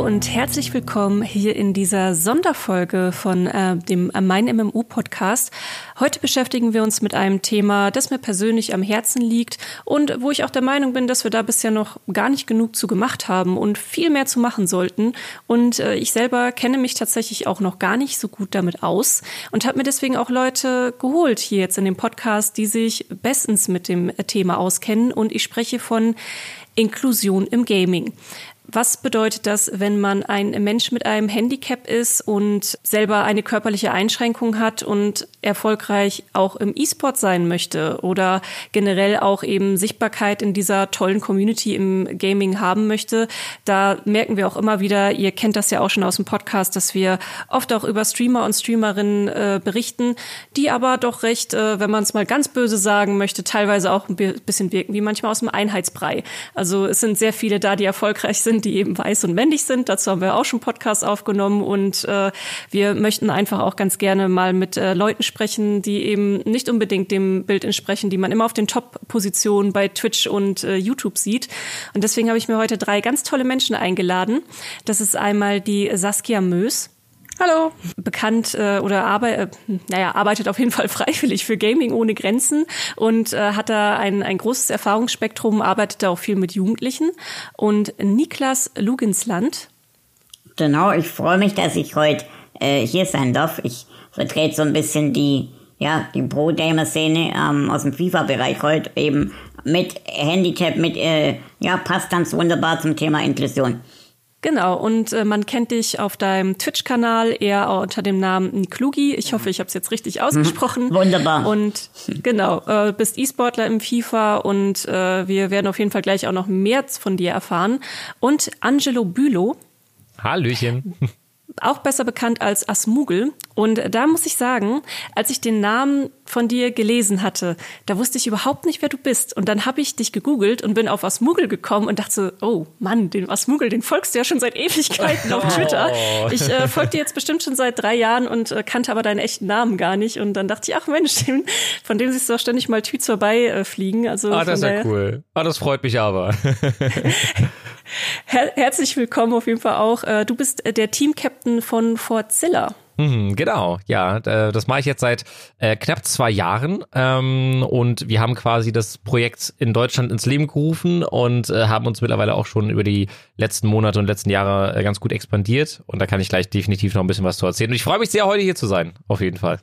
und herzlich willkommen hier in dieser Sonderfolge von dem Mein MMO-Podcast. Heute beschäftigen wir uns mit einem Thema, das mir persönlich am Herzen liegt und wo ich auch der Meinung bin, dass wir da bisher noch gar nicht genug zu gemacht haben und viel mehr zu machen sollten. Und ich selber kenne mich tatsächlich auch noch gar nicht so gut damit aus und habe mir deswegen auch Leute geholt hier jetzt in dem Podcast, die sich bestens mit dem Thema auskennen. Und ich spreche von Inklusion im Gaming. Was bedeutet das, wenn man ein Mensch mit einem Handicap ist und selber eine körperliche Einschränkung hat und erfolgreich auch im E-Sport sein möchte oder generell auch eben Sichtbarkeit in dieser tollen Community im Gaming haben möchte? Da merken wir auch immer wieder, ihr kennt das ja auch schon aus dem Podcast, dass wir oft auch über Streamer und Streamerinnen berichten, die aber doch recht, wenn man es mal ganz böse sagen möchte, teilweise auch ein bisschen wirken wie manchmal aus dem Einheitsbrei. Also es sind sehr viele da, die erfolgreich sind, die eben weiß und männlich sind. Dazu haben wir auch schon Podcasts aufgenommen und wir möchten einfach auch ganz gerne mal mit Leuten sprechen, die eben nicht unbedingt dem Bild entsprechen, die man immer auf den Top-Positionen bei Twitch und YouTube sieht. Und deswegen habe ich mir heute 3 ganz tolle Menschen eingeladen. Das ist einmal die Saskia Mös. Hallo. Bekannt arbeitet auf jeden Fall freiwillig für Gaming ohne Grenzen und hat da ein großes Erfahrungsspektrum, arbeitet da auch viel mit Jugendlichen. Und Niklas Luginsland. Genau, ich freue mich, dass ich heute hier sein darf. Ich vertrete so ein bisschen die Pro-Gamer-Szene aus dem FIFA-Bereich heute eben mit Handicap, passt ganz wunderbar zum Thema Inklusion. Genau, und man kennt dich auf deinem Twitch-Kanal eher unter dem Namen Niklugi. Ich hoffe, ich habe es jetzt richtig ausgesprochen. Wunderbar. Und genau, bist E-Sportler im FIFA und wir werden auf jeden Fall gleich auch noch mehr von dir erfahren. Und Angelo Bülow. Hallöchen. Auch besser bekannt als Asmugel. Und da muss ich sagen, als ich den Namen von dir gelesen hatte, da wusste ich überhaupt nicht, wer du bist. Und dann habe ich dich gegoogelt und bin auf Asmugel gekommen und dachte so, oh Mann, den Asmugel, den folgst du ja schon seit Ewigkeiten auf Twitter. Ich folge dir jetzt bestimmt schon seit 3 Jahren und kannte aber deinen echten Namen gar nicht. Und dann dachte ich, ach Mensch, von dem siehst du auch ständig mal Tweets vorbei fliegen. Also das ist ja cool. Das freut mich aber. Herzlich willkommen auf jeden Fall auch. Du bist der Team-Captain von Fortzilla. Genau, ja, das mache ich jetzt seit knapp 2 Jahren und wir haben quasi das Projekt in Deutschland ins Leben gerufen und haben uns mittlerweile auch schon über die letzten Monate und letzten Jahre ganz gut expandiert und da kann ich gleich definitiv noch ein bisschen was zu erzählen und ich freue mich sehr, heute hier zu sein, auf jeden Fall.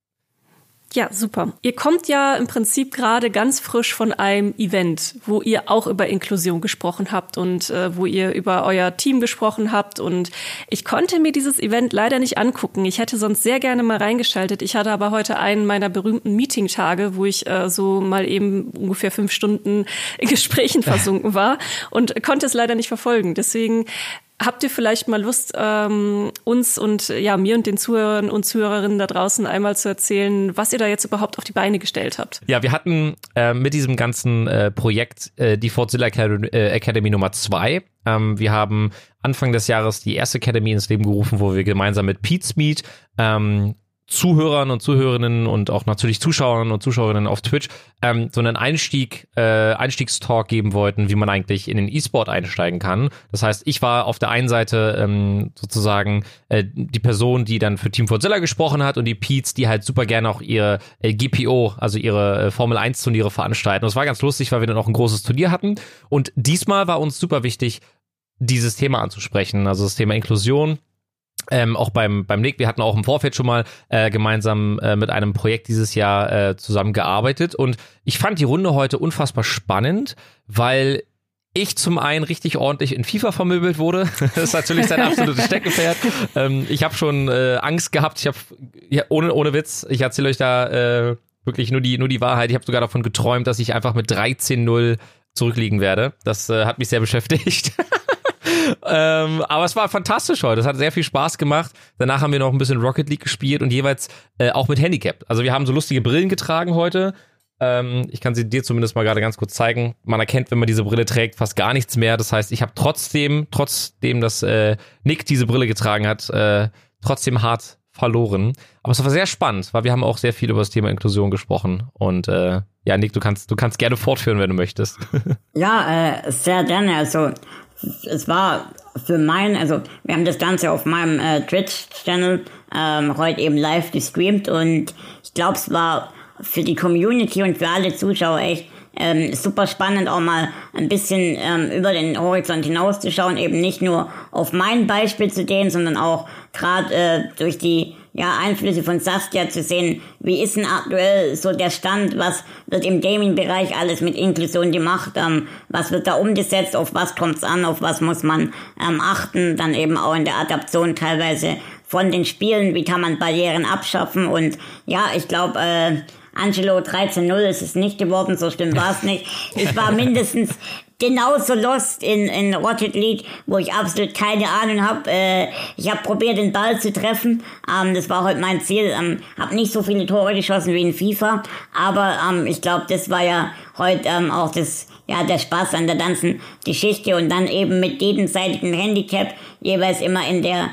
Ja, super. Ihr kommt ja im Prinzip gerade ganz frisch von einem Event, wo ihr auch über Inklusion gesprochen habt und wo ihr über euer Team gesprochen habt. Und ich konnte mir dieses Event leider nicht angucken. Ich hätte sonst sehr gerne mal reingeschaltet. Ich hatte aber heute einen meiner berühmten Meeting-Tage, wo ich so mal eben ungefähr 5 Stunden in Gesprächen versunken war und konnte es leider nicht verfolgen. Deswegen habt ihr vielleicht mal Lust, uns und mir und den Zuhörern und Zuhörerinnen da draußen einmal zu erzählen, was ihr da jetzt überhaupt auf die Beine gestellt habt? Ja, wir hatten mit diesem ganzen Projekt die Fortzilla Academy Nummer 2. Wir haben Anfang des Jahres die erste Academy ins Leben gerufen, wo wir gemeinsam mit Pete's Meet Zuhörern und Zuhörerinnen und auch natürlich Zuschauern und Zuschauerinnen auf Twitch so einen Einstiegstalk geben wollten, wie man eigentlich in den E-Sport einsteigen kann. Das heißt, ich war auf der einen Seite sozusagen die Person, die dann für Team Fortzilla gesprochen hat und die Pete's, die halt super gerne auch ihre GPO, also ihre Formel 1 Turniere veranstalten. Und es war ganz lustig, weil wir dann auch ein großes Turnier hatten und diesmal war uns super wichtig, dieses Thema anzusprechen, also das Thema Inklusion. Auch beim Nick, wir hatten auch im Vorfeld schon mal gemeinsam mit einem Projekt dieses Jahr zusammengearbeitet und ich fand die Runde heute unfassbar spannend, weil ich zum einen richtig ordentlich in FIFA vermöbelt wurde. Das ist natürlich sein absolutes Steckenpferd. Ich habe schon Angst gehabt, ohne Witz, ich erzähle euch da wirklich nur die Wahrheit, ich habe sogar davon geträumt, dass ich einfach mit 13-0 zurückliegen werde. Das hat mich sehr beschäftigt. Aber es war fantastisch heute. Es hat sehr viel Spaß gemacht. Danach haben wir noch ein bisschen Rocket League gespielt und jeweils auch mit Handicap. Also wir haben so lustige Brillen getragen heute. Ich kann sie dir zumindest mal gerade ganz kurz zeigen. Man erkennt, wenn man diese Brille trägt, fast gar nichts mehr. Das heißt, ich habe trotzdem, dass Nick diese Brille getragen hat, trotzdem hart verloren. Aber es war sehr spannend, weil wir haben auch sehr viel über das Thema Inklusion gesprochen. Und Nick, du kannst gerne fortführen, wenn du möchtest. Ja, sehr gerne. Also es war also wir haben das Ganze auf meinem Twitch-Channel heute eben live gestreamt und ich glaube, es war für die Community und für alle Zuschauer echt super spannend, auch mal ein bisschen über den Horizont hinauszuschauen, eben nicht nur auf mein Beispiel zu gehen, sondern auch gerade durch die Einflüsse von Saskia zu sehen, wie ist denn aktuell so der Stand, was wird im Gaming-Bereich alles mit Inklusion gemacht, was wird da umgesetzt, auf was kommt's an, auf was muss man achten, dann eben auch in der Adaption teilweise von den Spielen, wie kann man Barrieren abschaffen und ja, ich glaube, Angelo 13-0 ist es nicht geworden, so schlimm war es nicht. Ich war mindestens genauso lost in Rocket League, wo ich absolut keine Ahnung habe. Ich habe probiert, den Ball zu treffen. Das war heute mein Ziel. Habe nicht so viele Tore geschossen wie in FIFA, aber ich glaube, das war ja heute auch der Spaß an der ganzen Geschichte und dann eben mit gegenseitigen Handicap jeweils immer in der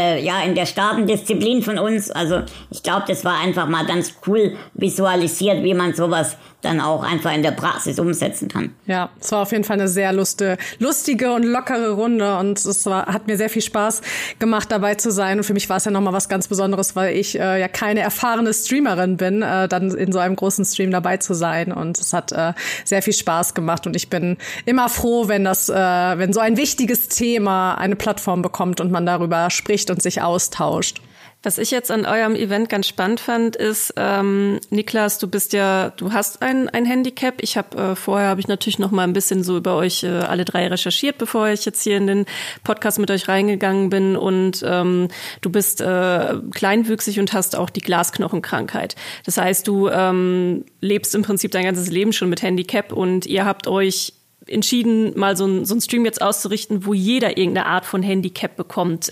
starken Disziplin von uns. Also ich glaube, das war einfach mal ganz cool visualisiert, wie man sowas dann auch einfach in der Praxis umsetzen kann. Ja, es war auf jeden Fall eine sehr lustige und lockere Runde und hat mir sehr viel Spaß gemacht, dabei zu sein. Und für mich war es ja nochmal was ganz Besonderes, weil ich keine erfahrene Streamerin bin, dann in so einem großen Stream dabei zu sein. Und es hat sehr viel Spaß gemacht und ich bin immer froh, wenn so ein wichtiges Thema eine Plattform bekommt und man darüber spricht und sich austauscht. Was ich jetzt an eurem Event ganz spannend fand, ist, Niklas, du hast ein Handicap. Vorher habe ich natürlich noch mal ein bisschen so über euch alle drei recherchiert, bevor ich jetzt hier in den Podcast mit euch reingegangen bin. Und du bist kleinwüchsig und hast auch die Glasknochenkrankheit. Das heißt, du lebst im Prinzip dein ganzes Leben schon mit Handicap und ihr habt euch entschieden, mal so einen Stream jetzt auszurichten, wo jeder irgendeine Art von Handicap bekommt.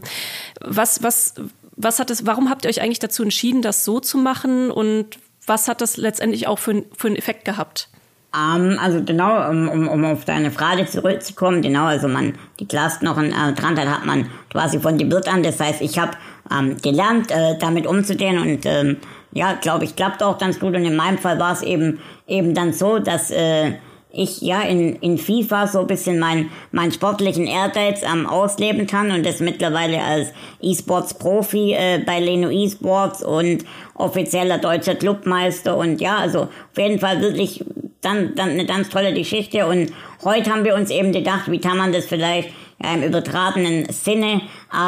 Warum habt ihr euch eigentlich dazu entschieden, das so zu machen und was hat das letztendlich auch für einen Effekt gehabt? Also genau, um auf deine Frage zurückzukommen, genau, also die Glasknochenkrankheit hat man quasi von Geburt an, das heißt, ich habe gelernt, damit umzugehen und glaube ich, klappt auch ganz gut und in meinem Fall war es eben dann so, dass ich in FIFA so ein bisschen meinen sportlichen Ehrgeiz ausleben kann und das mittlerweile als E-Sports-Profi bei Leno E-Sports und offizieller deutscher Clubmeister und also auf jeden Fall wirklich dann eine ganz tolle Geschichte und heute haben wir uns eben gedacht, wie kann man das vielleicht im übertragenen Sinne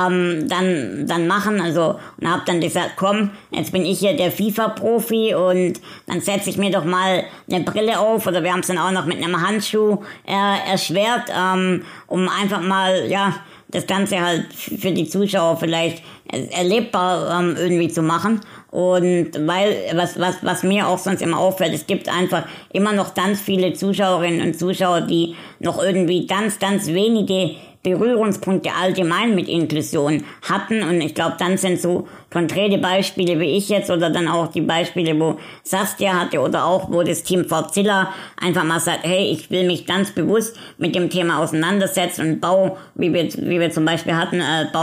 dann machen, also und habe dann gesagt, komm, jetzt bin ich hier der FIFA-Profi und dann setze ich mir doch mal eine Brille auf oder wir haben es dann auch noch mit einem Handschuh erschwert, um einfach mal das Ganze halt für die Zuschauer vielleicht erlebbar irgendwie zu machen. Und weil, was mir auch sonst immer auffällt, es gibt einfach immer noch ganz viele Zuschauerinnen und Zuschauer, die noch irgendwie ganz, ganz wenige Berührungspunkte allgemein mit Inklusion hatten und ich glaube, dann sind so konkrete Beispiele wie ich jetzt oder dann auch die Beispiele, wo Saskia hatte oder auch wo das Team Fortzilla einfach mal sagt, hey, ich will mich ganz bewusst mit dem Thema auseinandersetzen und baue, wie wir zum Beispiel hatten,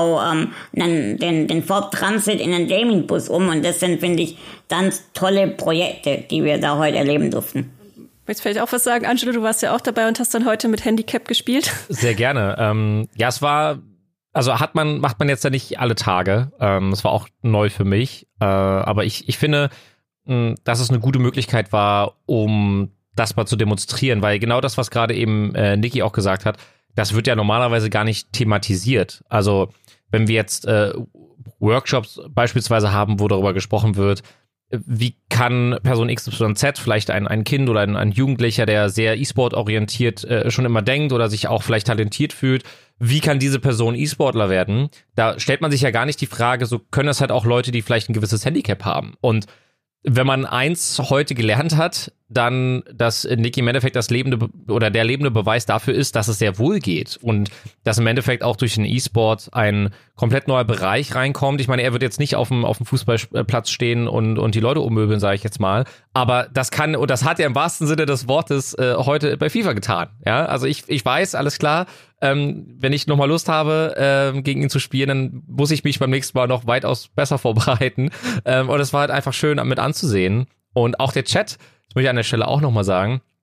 den Ford Transit in einen Gaming-Bus um und das sind, finde ich, ganz tolle Projekte, die wir da heute erleben durften. Willst du vielleicht auch was sagen, Angelo? Du warst ja auch dabei und hast dann heute mit Handicap gespielt. Sehr gerne. Es war, also macht man jetzt ja nicht alle Tage. Es war auch neu für mich. Aber ich finde, dass es eine gute Möglichkeit war, um das mal zu demonstrieren, weil genau das, was gerade eben Niki auch gesagt hat, das wird ja normalerweise gar nicht thematisiert. Also wenn wir jetzt Workshops beispielsweise haben, wo darüber gesprochen wird, wie kann Person XYZ, vielleicht ein Kind oder ein Jugendlicher, der sehr E-Sport-orientiert schon immer denkt oder sich auch vielleicht talentiert fühlt, wie kann diese Person E-Sportler werden? Da stellt man sich ja gar nicht die Frage, so können das halt auch Leute, die vielleicht ein gewisses Handicap haben. Und wenn man eins heute gelernt hat, dann, dass Niki im Endeffekt der lebende Beweis dafür ist, dass es sehr wohl geht und dass im Endeffekt auch durch den E-Sport ein komplett neuer Bereich reinkommt. Ich meine, er wird jetzt nicht auf dem Fußballplatz stehen und die Leute ummöbeln, sage ich jetzt mal, aber das kann und das hat er im wahrsten Sinne des Wortes heute bei FIFA getan. Ja, also ich weiß, alles klar, wenn ich nochmal Lust habe, gegen ihn zu spielen, dann muss ich mich beim nächsten Mal noch weitaus besser vorbereiten und es war halt einfach schön mit anzusehen und auch der Chat, das möchte ich an der Stelle auch nochmal sagen,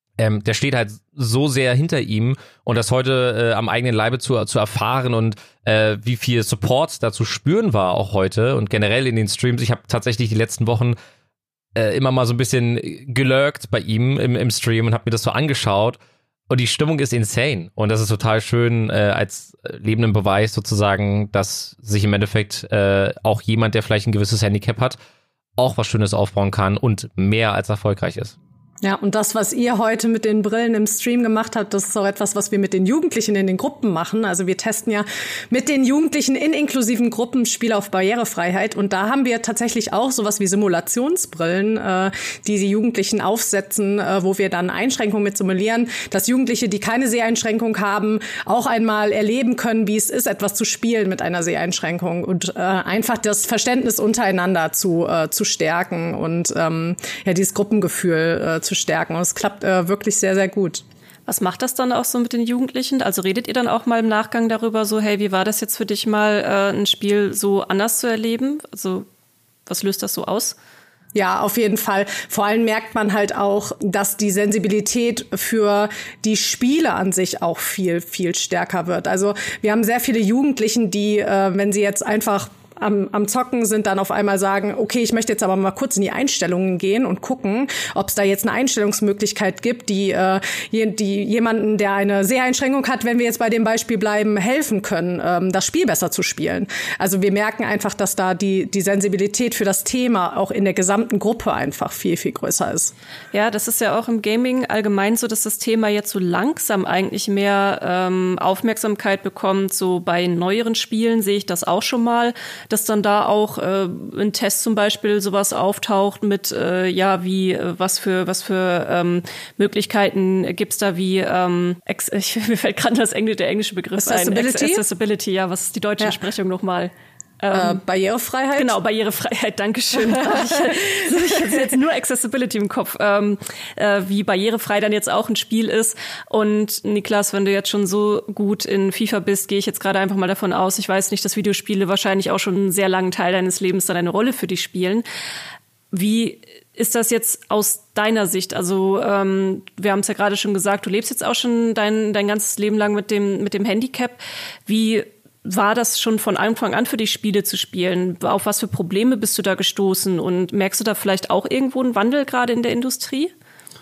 der steht halt so sehr hinter ihm und das heute am eigenen Leibe zu erfahren und wie viel Support da zu spüren war auch heute und generell in den Streams. Ich habe tatsächlich die letzten Wochen immer mal so ein bisschen gelurkt bei ihm im Stream und habe mir das so angeschaut und die Stimmung ist insane und das ist total schön als lebenden Beweis sozusagen, dass sich im Endeffekt auch jemand, der vielleicht ein gewisses Handicap hat, auch was Schönes aufbauen kann und mehr als erfolgreich ist. Ja, und das, was ihr heute mit den Brillen im Stream gemacht habt, das ist auch etwas, was wir mit den Jugendlichen in den Gruppen machen. Also wir testen ja mit den Jugendlichen in inklusiven Gruppen Spiele auf Barrierefreiheit. Und da haben wir tatsächlich auch sowas wie Simulationsbrillen, die Jugendlichen aufsetzen, wo wir dann Einschränkungen mit simulieren, dass Jugendliche, die keine Seheinschränkung haben, auch einmal erleben können, wie es ist, etwas zu spielen mit einer Seheinschränkung und einfach das Verständnis untereinander zu stärken und dieses Gruppengefühl zu stärken. Und es klappt wirklich sehr, sehr gut. Was macht das dann auch so mit den Jugendlichen? Also redet ihr dann auch mal im Nachgang darüber so, hey, wie war das jetzt für dich mal, ein Spiel so anders zu erleben? Also was löst das so aus? Ja, auf jeden Fall. Vor allem merkt man halt auch, dass die Sensibilität für die Spiele an sich auch viel, viel stärker wird. Also wir haben sehr viele Jugendlichen, die, wenn sie jetzt einfach am Zocken sind, dann auf einmal sagen, okay, ich möchte jetzt aber mal kurz in die Einstellungen gehen und gucken, ob es da jetzt eine Einstellungsmöglichkeit gibt, die jemanden, der eine Seheinschränkung hat, wenn wir jetzt bei dem Beispiel bleiben, helfen können, das Spiel besser zu spielen. Also wir merken einfach, dass da die Sensibilität für das Thema auch in der gesamten Gruppe einfach viel, viel größer ist. Ja, das ist ja auch im Gaming allgemein so, dass das Thema jetzt so langsam eigentlich mehr Aufmerksamkeit bekommt. So bei neueren Spielen sehe ich das auch schon mal, dass dann da auch in Tests zum Beispiel sowas auftaucht mit was für Möglichkeiten gibt's da wie mir fällt gerade der englische Begriff ein. Accessibility, ja, was ist die deutsche Entsprechung nochmal? Barrierefreiheit? Genau, Barrierefreiheit, dankeschön. Ich habe jetzt nur Accessibility im Kopf, wie barrierefrei dann jetzt auch ein Spiel ist. Und Niklas, wenn du jetzt schon so gut in FIFA bist, gehe ich jetzt gerade einfach mal davon aus, ich weiß nicht, dass Videospiele wahrscheinlich auch schon einen sehr langen Teil deines Lebens dann eine Rolle für dich spielen. Wie ist das jetzt aus deiner Sicht? Also wir haben es ja gerade schon gesagt, du lebst jetzt auch schon dein ganzes Leben lang mit dem Handicap. Wie war das schon von Anfang an für dich, Spiele zu spielen? Auf was für Probleme bist du da gestoßen? Und merkst du da vielleicht auch irgendwo einen Wandel gerade in der Industrie?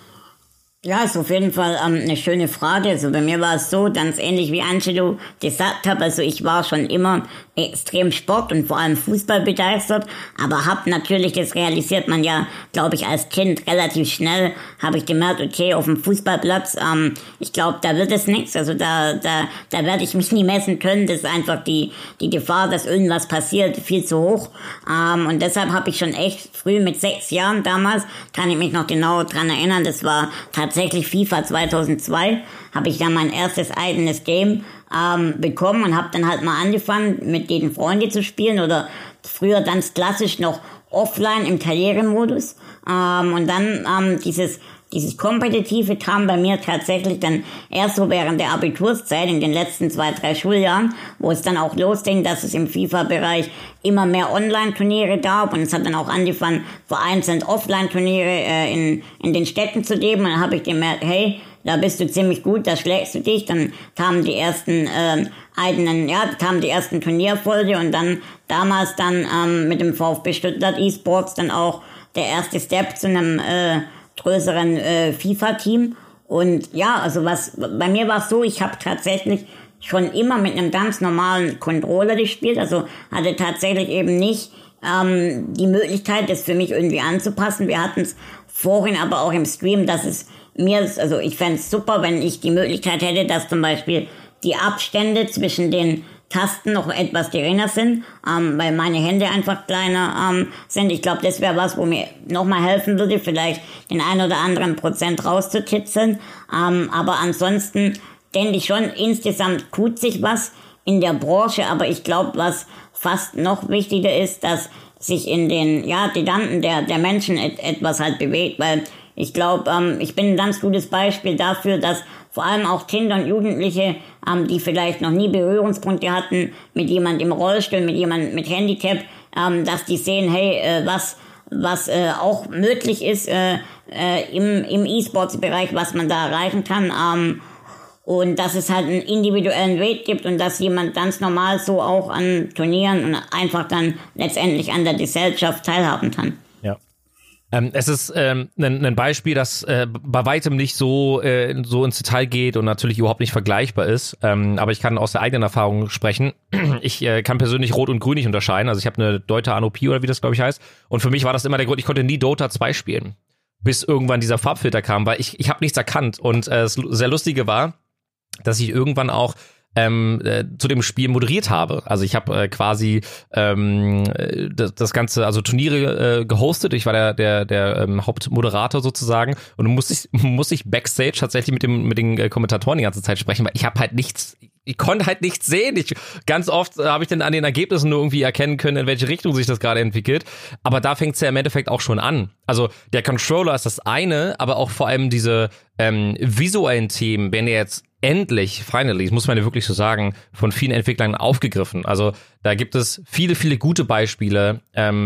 Ja, ist auf jeden Fall eine schöne Frage. Also bei mir war es so, ganz ähnlich wie Angelo gesagt hat, also ich war schon immer extrem Sport und vor allem Fußball begeistert, aber habe natürlich, das realisiert man ja, glaube ich, als Kind relativ schnell, habe ich gemerkt, okay, auf dem Fußballplatz, ich glaube, da wird es nichts, also da werde ich mich nie messen können, das ist einfach die Gefahr, dass irgendwas passiert, viel zu hoch, und deshalb habe ich schon echt früh mit 6 Jahren damals, kann ich mich noch genau dran erinnern, das war tatsächlich FIFA 2002, habe ich dann mein erstes eigenes Game bekommen und habe dann halt mal angefangen, mit denen Freunde zu spielen oder früher ganz klassisch noch offline im Karrieremodus. Und dann dieses Kompetitive kam bei mir tatsächlich dann erst so während der Abiturszeit in den letzten 2-3 Schuljahren, wo es dann auch losging, dass es im FIFA-Bereich immer mehr Online-Turniere gab und es hat dann auch angefangen, vereinzelt Offline-Turniere in den Städten zu geben und dann habe ich gemerkt, hey, da bist du ziemlich gut, da schlägst du dich, dann kamen die ersten Turnierfolge und dann damals dann mit dem VfB Stuttgart eSports dann auch der erste Step zu einem größeren FIFA-Team. Und ja, also bei mir war es so, ich habe tatsächlich schon immer mit einem ganz normalen Controller gespielt, also hatte tatsächlich eben nicht die Möglichkeit, das für mich irgendwie anzupassen. Wir hatten es vorhin aber auch im Stream, dass es also ich fände es super, wenn ich die Möglichkeit hätte, dass zum Beispiel die Abstände zwischen den Tasten noch etwas geringer sind, weil meine Hände einfach kleiner sind. Ich glaube, das wäre was, wo mir nochmal helfen würde, vielleicht den 1 oder anderen Prozent rauszukitzeln. Aber ansonsten denke ich schon, insgesamt tut sich was in der Branche, aber ich glaube, was fast noch wichtiger ist, dass sich in den Gedanken der Menschen etwas halt bewegt, weil ich glaube, ich bin ein ganz gutes Beispiel dafür, dass vor allem auch Kinder und Jugendliche, die vielleicht noch nie Berührungspunkte hatten mit jemand im Rollstuhl, mit jemand mit Handicap, dass die sehen, hey, was auch möglich ist im E-Sports-Bereich, was man da erreichen kann. Und dass es halt einen individuellen Weg gibt und dass jemand ganz normal so auch an Turnieren und einfach dann letztendlich an der Gesellschaft teilhaben kann. Ja. Es ist ein Beispiel, das bei weitem nicht so ins Detail geht und natürlich überhaupt nicht vergleichbar ist. Aber ich kann aus der eigenen Erfahrung sprechen. Ich kann persönlich Rot und Grün nicht unterscheiden. Also ich habe eine Deuter Anopie oder wie das, glaube ich, heißt. Und für mich war das immer der Grund, ich konnte nie Dota 2 spielen. Bis irgendwann dieser Farbfilter kam, weil ich habe nichts erkannt. Und das sehr Lustige war, dass ich irgendwann auch zu dem Spiel moderiert habe. Also ich habe quasi das Ganze, also Turniere gehostet. Ich war der Hauptmoderator sozusagen und muss ich Backstage tatsächlich mit den Kommentatoren die ganze Zeit sprechen, weil ich konnte halt nichts sehen. Ganz oft habe ich dann an den Ergebnissen nur irgendwie erkennen können, in welche Richtung sich das gerade entwickelt. Aber da fängt es ja im Endeffekt auch schon an. Also der Controller ist das eine, aber auch vor allem diese visuellen Themen werden ja jetzt endlich, finally, das muss man ja wirklich so sagen, von vielen Entwicklern aufgegriffen. Also da gibt es viele, viele gute Beispiele,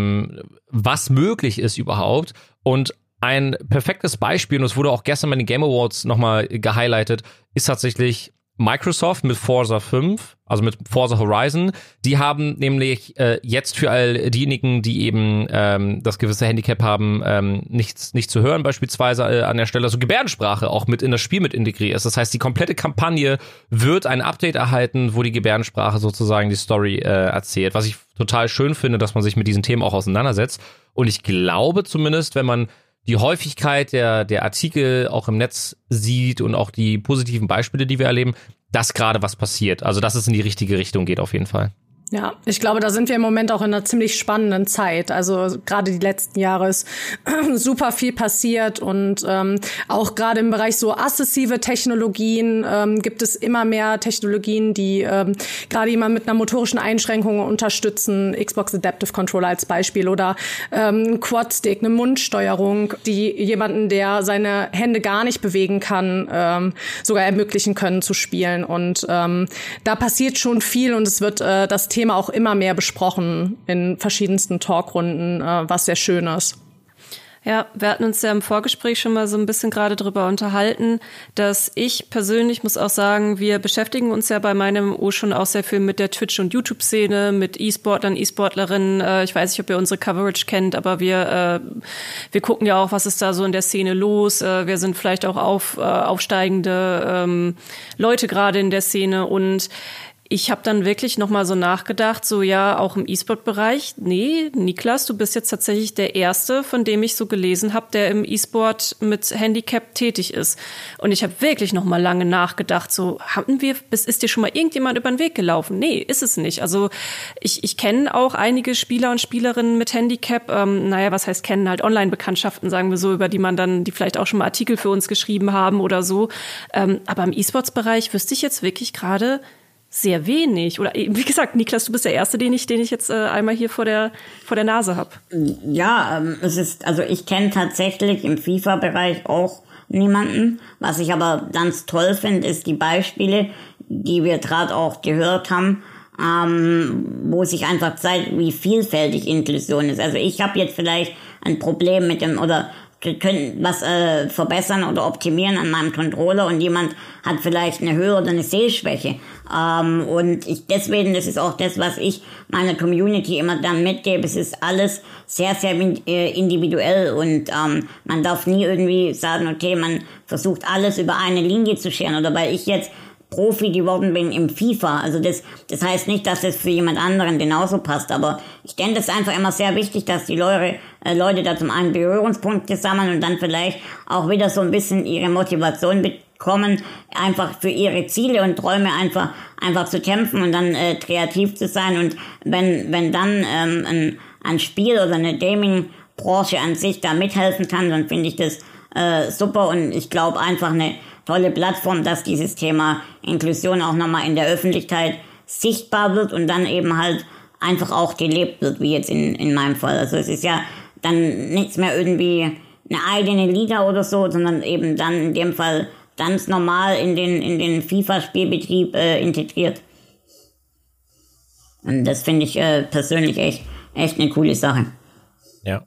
was möglich ist überhaupt. Und ein perfektes Beispiel, und es wurde auch gestern bei den Game Awards nochmal gehighlightet, ist tatsächlich Microsoft mit Forza 5, also mit Forza Horizon. Die haben nämlich jetzt für all diejenigen, die eben das gewisse Handicap haben, nichts zu hören beispielsweise an der Stelle, also Gebärdensprache auch mit in das Spiel mit integriert ist. Das heißt, die komplette Kampagne wird ein Update erhalten, wo die Gebärdensprache sozusagen die Story erzählt. Was ich total schön finde, dass man sich mit diesen Themen auch auseinandersetzt. Und ich glaube zumindest, wenn man die Häufigkeit der Artikel auch im Netz sieht und auch die positiven Beispiele, die wir erleben, dass gerade was passiert. Also, dass es in die richtige Richtung geht auf jeden Fall. Ja, ich glaube, da sind wir im Moment auch in einer ziemlich spannenden Zeit. Also gerade die letzten Jahre ist super viel passiert und auch gerade im Bereich so assistive Technologien gibt es immer mehr Technologien, die gerade jemand mit einer motorischen Einschränkung unterstützen. Xbox Adaptive Controller als Beispiel oder Quadstick, eine Mundsteuerung, die jemanden, der seine Hände gar nicht bewegen kann, sogar ermöglichen können zu spielen. Und da passiert schon viel und es wird das Thema auch immer mehr besprochen in verschiedensten Talkrunden, was sehr schön ist. Ja, wir hatten uns ja im Vorgespräch schon mal so ein bisschen gerade drüber unterhalten, dass ich persönlich muss auch sagen, wir beschäftigen uns ja bei meinem O schon auch sehr viel mit der Twitch- und YouTube-Szene, mit E-Sportlern, E-Sportlerinnen. Ich weiß nicht, ob ihr unsere Coverage kennt, aber wir gucken ja auch, was ist da so in der Szene los. Wir sind vielleicht auch aufsteigende Leute gerade in der Szene und ich habe dann wirklich nochmal so nachgedacht, so ja, auch im E-Sport-Bereich. Nee, Niklas, du bist jetzt tatsächlich der Erste, von dem ich so gelesen habe, der im E-Sport mit Handicap tätig ist. Und ich habe wirklich nochmal lange nachgedacht, so ist dir schon mal irgendjemand über den Weg gelaufen? Nee, ist es nicht. Also ich kenne auch einige Spieler und Spielerinnen mit Handicap. Was heißt kennen? Halt Online-Bekanntschaften, sagen wir so, über die vielleicht auch schon mal Artikel für uns geschrieben haben oder so. Aber im E-Sports-Bereich wüsste ich jetzt wirklich gerade sehr wenig. Oder wie gesagt, Niklas, du bist der Erste, den ich jetzt einmal hier vor der Nase habe. Ja, ich kenne tatsächlich im FIFA-Bereich auch niemanden. Was ich aber ganz toll finde, ist die Beispiele, die wir gerade auch gehört haben, wo sich einfach zeigt, wie vielfältig Inklusion ist. Also ich habe jetzt vielleicht ein Problem mit dem oder können was verbessern oder optimieren an meinem Controller und jemand hat vielleicht eine Hör- oder eine Sehschwäche. Deswegen, das ist auch das, was ich meiner Community immer dann mitgebe. Es ist alles sehr, sehr individuell und man darf nie irgendwie sagen, okay, man versucht alles über eine Linie zu scheren oder weil ich jetzt Profi geworden bin im FIFA. Also das heißt nicht, dass das für jemand anderen genauso passt, aber ich denke, das ist einfach immer sehr wichtig, dass die Leute da zum einen Berührungspunkte sammeln und dann vielleicht auch wieder so ein bisschen ihre Motivation bekommen, einfach für ihre Ziele und Träume einfach zu kämpfen und dann kreativ zu sein und wenn dann ein Spiel oder eine Gaming-Branche an sich da mithelfen kann, dann finde ich das super und ich glaube einfach eine tolle Plattform, dass dieses Thema Inklusion auch nochmal in der Öffentlichkeit sichtbar wird und dann eben halt einfach auch gelebt wird, wie jetzt in meinem Fall. Also es ist ja dann nichts mehr irgendwie eine eigene Liga oder so, sondern eben dann in dem Fall ganz normal in den FIFA-Spielbetrieb integriert. Und das finde ich persönlich echt eine coole Sache. Ja.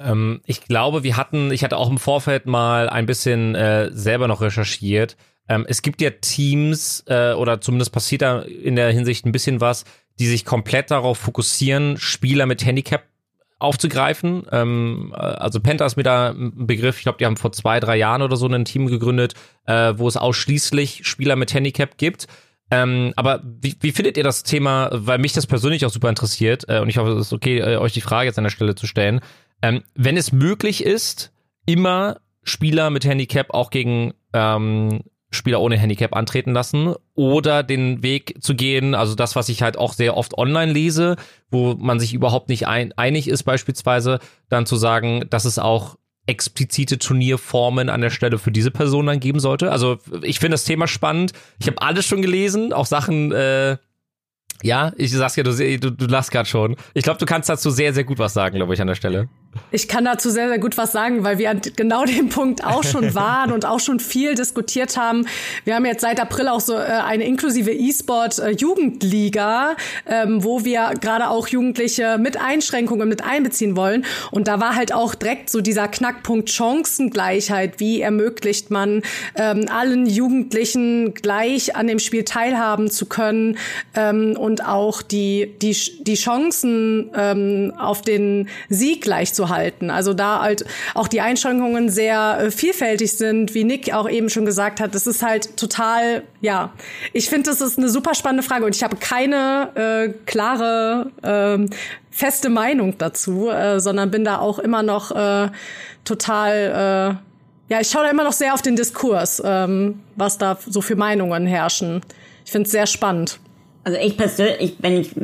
Ich glaube, ich hatte auch im Vorfeld mal ein bisschen selber noch recherchiert. Es gibt ja Teams, oder zumindest passiert da in der Hinsicht ein bisschen was, die sich komplett darauf fokussieren, Spieler mit Handicap aufzugreifen. Also Penta ist mir da ein Begriff. Ich glaube, die haben vor 2-3 Jahren oder so ein Team gegründet, wo es ausschließlich Spieler mit Handicap gibt. Aber wie findet ihr das Thema, weil mich das persönlich auch super interessiert, und ich hoffe, es ist okay, euch die Frage jetzt an der Stelle zu stellen. Wenn es möglich ist, immer Spieler mit Handicap auch gegen Spieler ohne Handicap antreten lassen oder den Weg zu gehen, also das, was ich halt auch sehr oft online lese, wo man sich überhaupt nicht einig ist beispielsweise, dann zu sagen, dass es auch explizite Turnierformen an der Stelle für diese Person dann geben sollte. Also ich finde das Thema spannend. Ich habe alles schon gelesen, auch Sachen, ja, ich sag's ja, du lachst gerade schon. Ich glaube, du kannst dazu sehr, sehr gut was sagen, glaube ich, an der Stelle. Ich kann dazu sehr, sehr gut was sagen, weil wir an genau dem Punkt auch schon waren und auch schon viel diskutiert haben. Wir haben jetzt seit April auch so eine inklusive E-Sport-Jugendliga, wo wir gerade auch Jugendliche mit Einschränkungen mit einbeziehen wollen. Und da war halt auch direkt so dieser Knackpunkt Chancengleichheit. Wie ermöglicht man allen Jugendlichen gleich an dem Spiel teilhaben zu können, und auch die Chancen auf den Sieg gleich zu halten. Also da halt auch die Einschränkungen sehr vielfältig sind, wie Nick auch eben schon gesagt hat. Das ist halt total, ja, ich finde, das ist eine super spannende Frage und ich habe keine klare, feste Meinung dazu, sondern bin da auch immer noch total, ja, ich schaue da immer noch sehr auf den Diskurs, was da so für Meinungen herrschen. Ich finde es sehr spannend. Also ich persönlich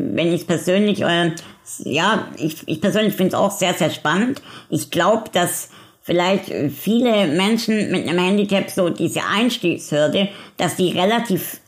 finde es auch sehr, sehr spannend. Ich glaube, dass vielleicht viele Menschen mit einem Handicap so diese Einstiegshürde, dass die relativ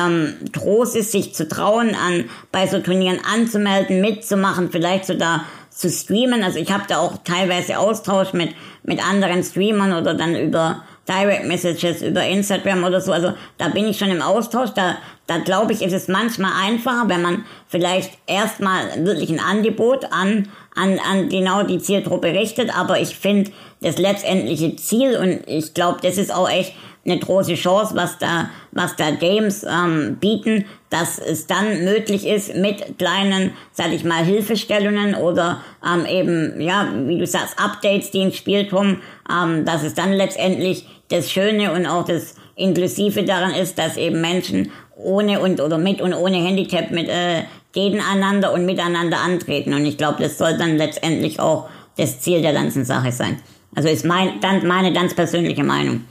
groß ist, sich zu trauen, bei so Turnieren anzumelden, mitzumachen, vielleicht sogar zu streamen. Also ich habe da auch teilweise Austausch mit anderen Streamern oder dann über Direct Messages, über Instagram oder so. Also da bin ich schon im Austausch. Da glaube ich, ist es manchmal einfacher, wenn man vielleicht erstmal wirklich ein Angebot an genau die Zielgruppe richtet. Aber ich finde das letztendliche Ziel, und ich glaube, das ist auch echt eine große Chance, was da Games bieten, dass es dann möglich ist, mit kleinen, sag ich mal, Hilfestellungen oder eben, ja, wie du sagst, Updates, die ins Spiel kommen, dass es dann letztendlich das Schöne und auch das Inklusive daran ist, dass eben Menschen ohne oder mit und ohne Handicap gegeneinander und miteinander antreten. Und ich glaube, das soll dann letztendlich auch das Ziel der ganzen Sache sein. Also ist meine ganz persönliche Meinung.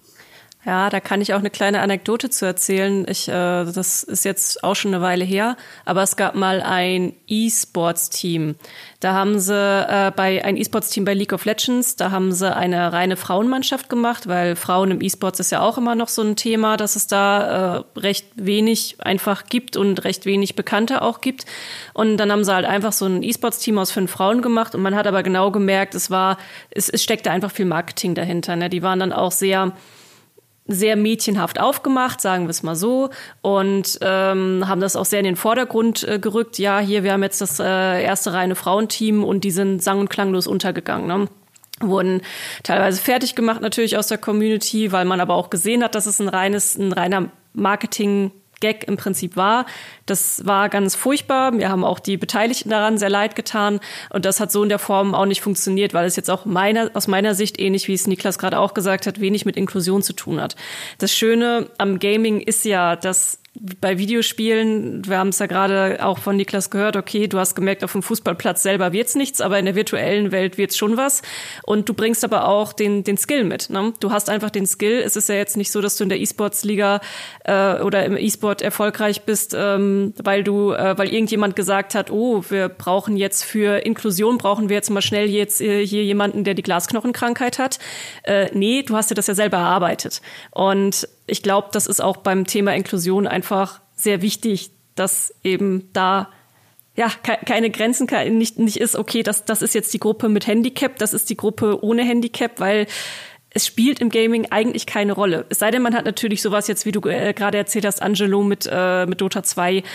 Ja, da kann ich auch eine kleine Anekdote zu erzählen. Das ist jetzt auch schon eine Weile her, aber es gab mal ein E-Sports-Team. Da haben sie ein E-Sports-Team bei League of Legends, da haben sie eine reine Frauenmannschaft gemacht, weil Frauen im E-Sports ist ja auch immer noch so ein Thema, dass es da recht wenig einfach gibt und recht wenig Bekannte auch gibt. Und dann haben sie halt einfach so ein E-Sports-Team aus 5 Frauen gemacht und man hat aber genau gemerkt, es steckte einfach viel Marketing dahinter. Ne? Die waren dann auch sehr mädchenhaft aufgemacht, sagen wir es mal so, und haben das auch sehr in den Vordergrund gerückt. Ja, hier, wir haben jetzt das erste reine Frauenteam und die sind sang- und klanglos untergegangen. Ne? Wurden teilweise fertig gemacht natürlich aus der Community, weil man aber auch gesehen hat, dass es ein reiner Marketing-Gag im Prinzip war. Das war ganz furchtbar. Wir haben auch die Beteiligten daran sehr leid getan. Und das hat so in der Form auch nicht funktioniert, weil es jetzt auch aus meiner Sicht, ähnlich wie es Niklas gerade auch gesagt hat, wenig mit Inklusion zu tun hat. Das Schöne am Gaming ist ja, dass bei Videospielen, wir haben es ja gerade auch von Niklas gehört, okay, du hast gemerkt, auf dem Fußballplatz selber wird's nichts, aber in der virtuellen Welt wird's schon was. Und du bringst aber auch den Skill mit. Ne? Du hast einfach den Skill. Es ist ja jetzt nicht so, dass du in der E-Sports-Liga oder im E-Sport erfolgreich bist, weil irgendjemand gesagt hat, oh, wir brauchen jetzt für Inklusion, brauchen wir jetzt mal schnell jetzt hier jemanden, der die Glasknochenkrankheit hat. Nee, du hast dir das ja selber erarbeitet. Und ich glaube, das ist auch beim Thema Inklusion einfach sehr wichtig, dass eben da ja keine Grenzen nicht ist, okay, das ist jetzt die Gruppe mit Handicap, das ist die Gruppe ohne Handicap, weil es spielt im Gaming eigentlich keine Rolle. Es sei denn, man hat natürlich sowas jetzt, wie du gerade erzählt hast, Angelo mit Dota 2,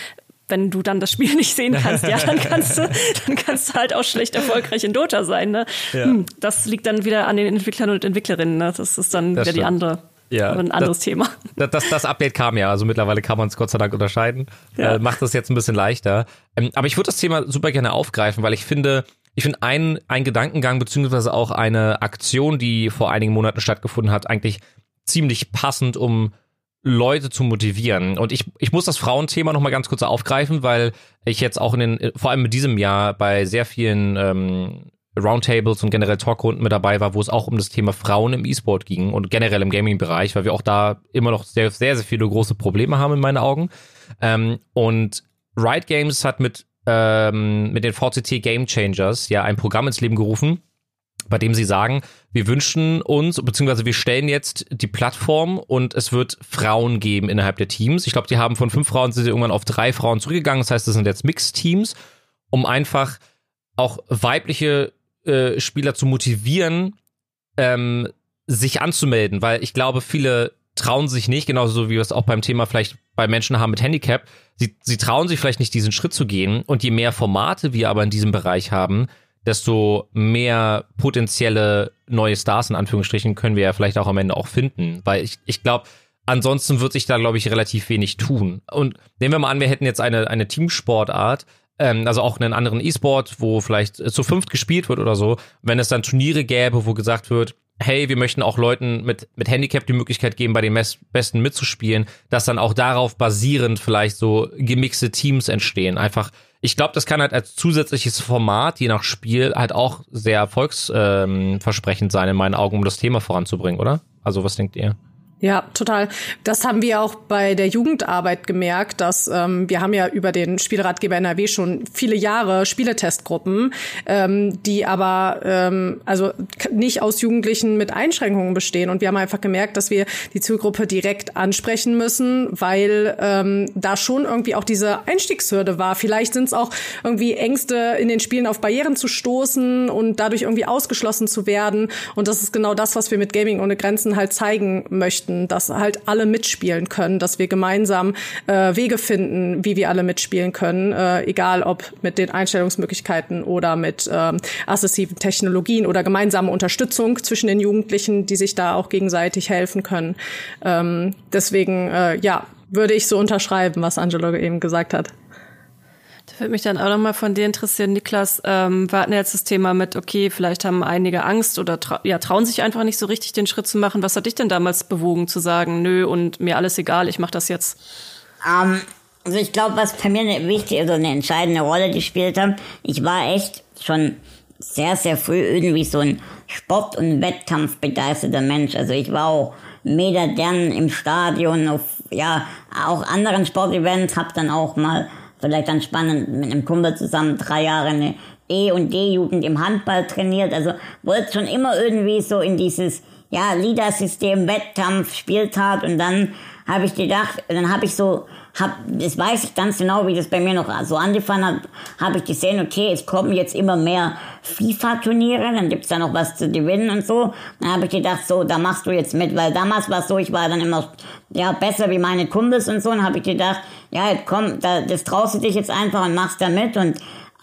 wenn du dann das Spiel nicht sehen kannst, ja, dann kannst du halt auch schlecht erfolgreich in Dota sein, ne? Ja. Das liegt dann wieder an den Entwicklern und Entlerinnen, ne? Das ist dann wieder die andere. Ja, ein anderes Thema. Das Update kam ja, also mittlerweile kann man es Gott sei Dank unterscheiden. Ja. Macht das jetzt ein bisschen leichter. Aber ich würde das Thema super gerne aufgreifen, weil ich finde ein Gedankengang beziehungsweise auch eine Aktion, die vor einigen Monaten stattgefunden hat, eigentlich ziemlich passend, um Leute zu motivieren. Und ich muss das Frauenthema nochmal ganz kurz aufgreifen, weil ich jetzt auch vor allem in diesem Jahr bei sehr vielen Roundtables und generell Talkrunden mit dabei war, wo es auch um das Thema Frauen im E-Sport ging und generell im Gaming-Bereich, weil wir auch da immer noch sehr, sehr, sehr viele große Probleme haben in meinen Augen. Und Riot Games hat mit den VCT Game Changers ja ein Programm ins Leben gerufen, bei dem sie sagen, wir wünschen uns, beziehungsweise wir stellen jetzt die Plattform und es wird Frauen geben innerhalb der Teams. Ich glaube, die haben von 5 Frauen sind sie irgendwann auf 3 Frauen zurückgegangen. Das heißt, das sind jetzt Mixed-Teams, um einfach auch weibliche Spieler zu motivieren, sich anzumelden, weil ich glaube, viele trauen sich nicht, genauso wie wir es auch beim Thema vielleicht bei Menschen haben mit Handicap, sie trauen sich vielleicht nicht, diesen Schritt zu gehen, und je mehr Formate wir aber in diesem Bereich haben, desto mehr potenzielle neue Stars in Anführungsstrichen können wir ja vielleicht auch am Ende auch finden, weil ich glaube, ansonsten wird sich da, glaube ich, relativ wenig tun. Und nehmen wir mal an, wir hätten jetzt eine Teamsportart, also auch einen anderen E-Sport, wo vielleicht zu 5 gespielt wird oder so, wenn es dann Turniere gäbe, wo gesagt wird, hey, wir möchten auch Leuten mit Handicap die Möglichkeit geben, bei den Besten mitzuspielen, dass dann auch darauf basierend vielleicht so gemixte Teams entstehen. Einfach, ich glaube, das kann halt als zusätzliches Format, je nach Spiel, halt auch sehr erfolgsversprechend sein in meinen Augen, um das Thema voranzubringen, oder? Also, was denkt ihr? Ja, total. Das haben wir auch bei der Jugendarbeit gemerkt, dass wir haben ja über den Spieleratgeber NRW schon viele Jahre Spieletestgruppen, die aber also nicht aus Jugendlichen mit Einschränkungen bestehen. Und wir haben einfach gemerkt, dass wir die Zielgruppe direkt ansprechen müssen, weil da schon irgendwie auch diese Einstiegshürde war. Vielleicht sind es auch irgendwie Ängste, in den Spielen auf Barrieren zu stoßen und dadurch irgendwie ausgeschlossen zu werden. Und das ist genau das, was wir mit Gaming ohne Grenzen halt zeigen möchten, dass halt alle mitspielen können, dass wir gemeinsam Wege finden, wie wir alle mitspielen können, egal ob mit den Einstellungsmöglichkeiten oder mit assistiven Technologien oder gemeinsame Unterstützung zwischen den Jugendlichen, die sich da auch gegenseitig helfen können. Deswegen, würde ich so unterschreiben, was Angelo eben gesagt hat. Da würde mich dann auch nochmal von dir interessieren, Niklas. Wir hatten jetzt das Thema mit, okay, vielleicht haben einige Angst oder trauen sich einfach nicht so richtig den Schritt zu machen. Was hat dich denn damals bewogen zu sagen, nö, und mir alles egal, ich mache das jetzt? Also ich glaube, was bei mir eine entscheidende Rolle gespielt hat, ich war echt schon sehr, sehr früh irgendwie so ein Sport- und Wettkampfbegeisterter Mensch. Also ich war auch Medagern im Stadion, auf auch anderen Sportevents, hab dann auch mal vielleicht dann spannend mit einem Kumpel zusammen 3 Jahre eine E- und D-Jugend im Handball trainiert. Also wollte schon immer irgendwie so in dieses Liedersystem, Wettkampf, Spieltat. Und dann habe ich gedacht, das weiß ich ganz genau, wie das bei mir noch so angefangen hat, habe ich gesehen, okay, es kommen jetzt immer mehr FIFA-Turniere, dann gibt's da noch was zu gewinnen und so. Dann habe ich gedacht, so, da machst du jetzt mit, weil damals war es so, ich war dann immer besser wie meine Kumpels und so. Und habe ich gedacht, komm, das traust du dich jetzt einfach und machst da mit. Und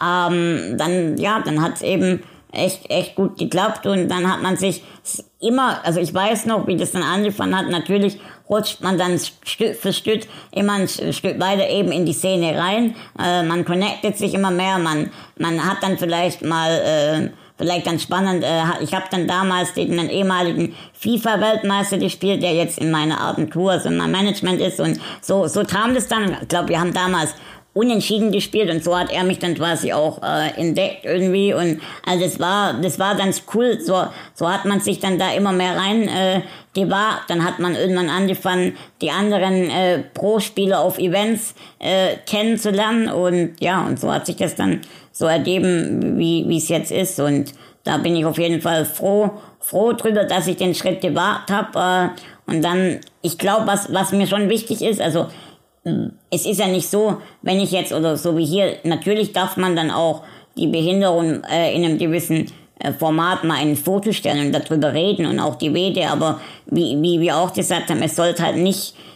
dann hat's eben echt gut geklappt, und dann hat man sich immer, also ich weiß noch, wie das dann angefangen hat, natürlich rutscht man dann Stück für Stück immer ein Stück weiter eben in die Szene rein, man connectet sich immer mehr, man hat dann vielleicht mal vielleicht ganz spannend, ich habe dann damals gegen einen ehemaligen FIFA-Weltmeister gespielt, der jetzt in meiner Agentur, also in meinem Management ist, und so kam das dann. Ich glaube, wir haben damals unentschieden gespielt, und so hat er mich dann quasi auch entdeckt irgendwie, und also das war ganz cool, so hat man sich dann da immer mehr rein gewagt. Dann hat man irgendwann angefangen, die anderen Pro-Spieler auf Events kennenzulernen, und und so hat sich das dann so ergeben, wie es jetzt ist, und da bin ich auf jeden Fall froh drüber, dass ich den Schritt gewagt habe, und dann, ich glaube, was mir schon wichtig ist, also es ist ja nicht so, wenn ich jetzt, oder so wie hier, natürlich darf man dann auch die Behinderung in einem gewissen Format mal in ein Foto stellen und darüber reden und auch die Wege, aber wie wir auch gesagt haben, es sollte halt nicht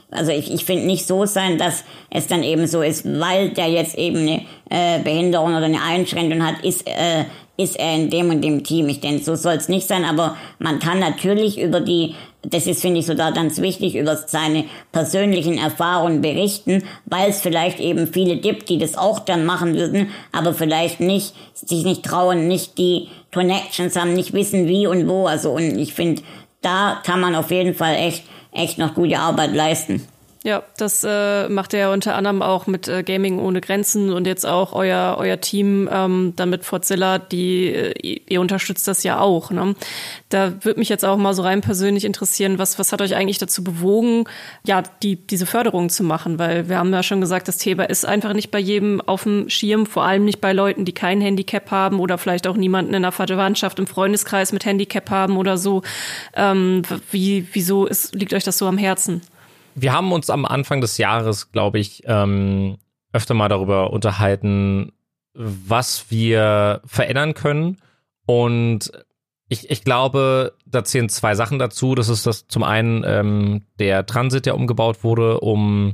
also ich finde nicht so sein, dass es dann eben so ist, weil der jetzt eben eine Behinderung oder eine Einschränkung hat, ist er in dem und dem Team. Ich denke, so soll es nicht sein, aber man kann natürlich das ist, finde ich, so da ganz wichtig, über seine persönlichen Erfahrungen berichten, weil es vielleicht eben viele gibt, die das auch dann machen würden, aber vielleicht sich nicht trauen, nicht die Connections haben, nicht wissen wie und wo. Also, und ich finde, da kann man auf jeden Fall echt noch gute Arbeit leisten. Ja, das macht ihr ja unter anderem auch mit Gaming ohne Grenzen und jetzt auch euer Team dann mit Fortzilla, ihr unterstützt das ja auch. Ne? Da würde mich jetzt auch mal so rein persönlich interessieren, was hat euch eigentlich dazu bewogen, ja, diese Förderung zu machen? Weil wir haben ja schon gesagt, das Thema ist einfach nicht bei jedem auf dem Schirm, vor allem nicht bei Leuten, die kein Handicap haben oder vielleicht auch niemanden in der Verwandtschaft im Freundeskreis mit Handicap haben oder so. Wieso liegt euch das so am Herzen? Wir haben uns am Anfang des Jahres, glaube ich, öfter mal darüber unterhalten, was wir verändern können. Und ich glaube, da zählen zwei Sachen dazu. Das ist das zum einen der Transit, der umgebaut wurde, um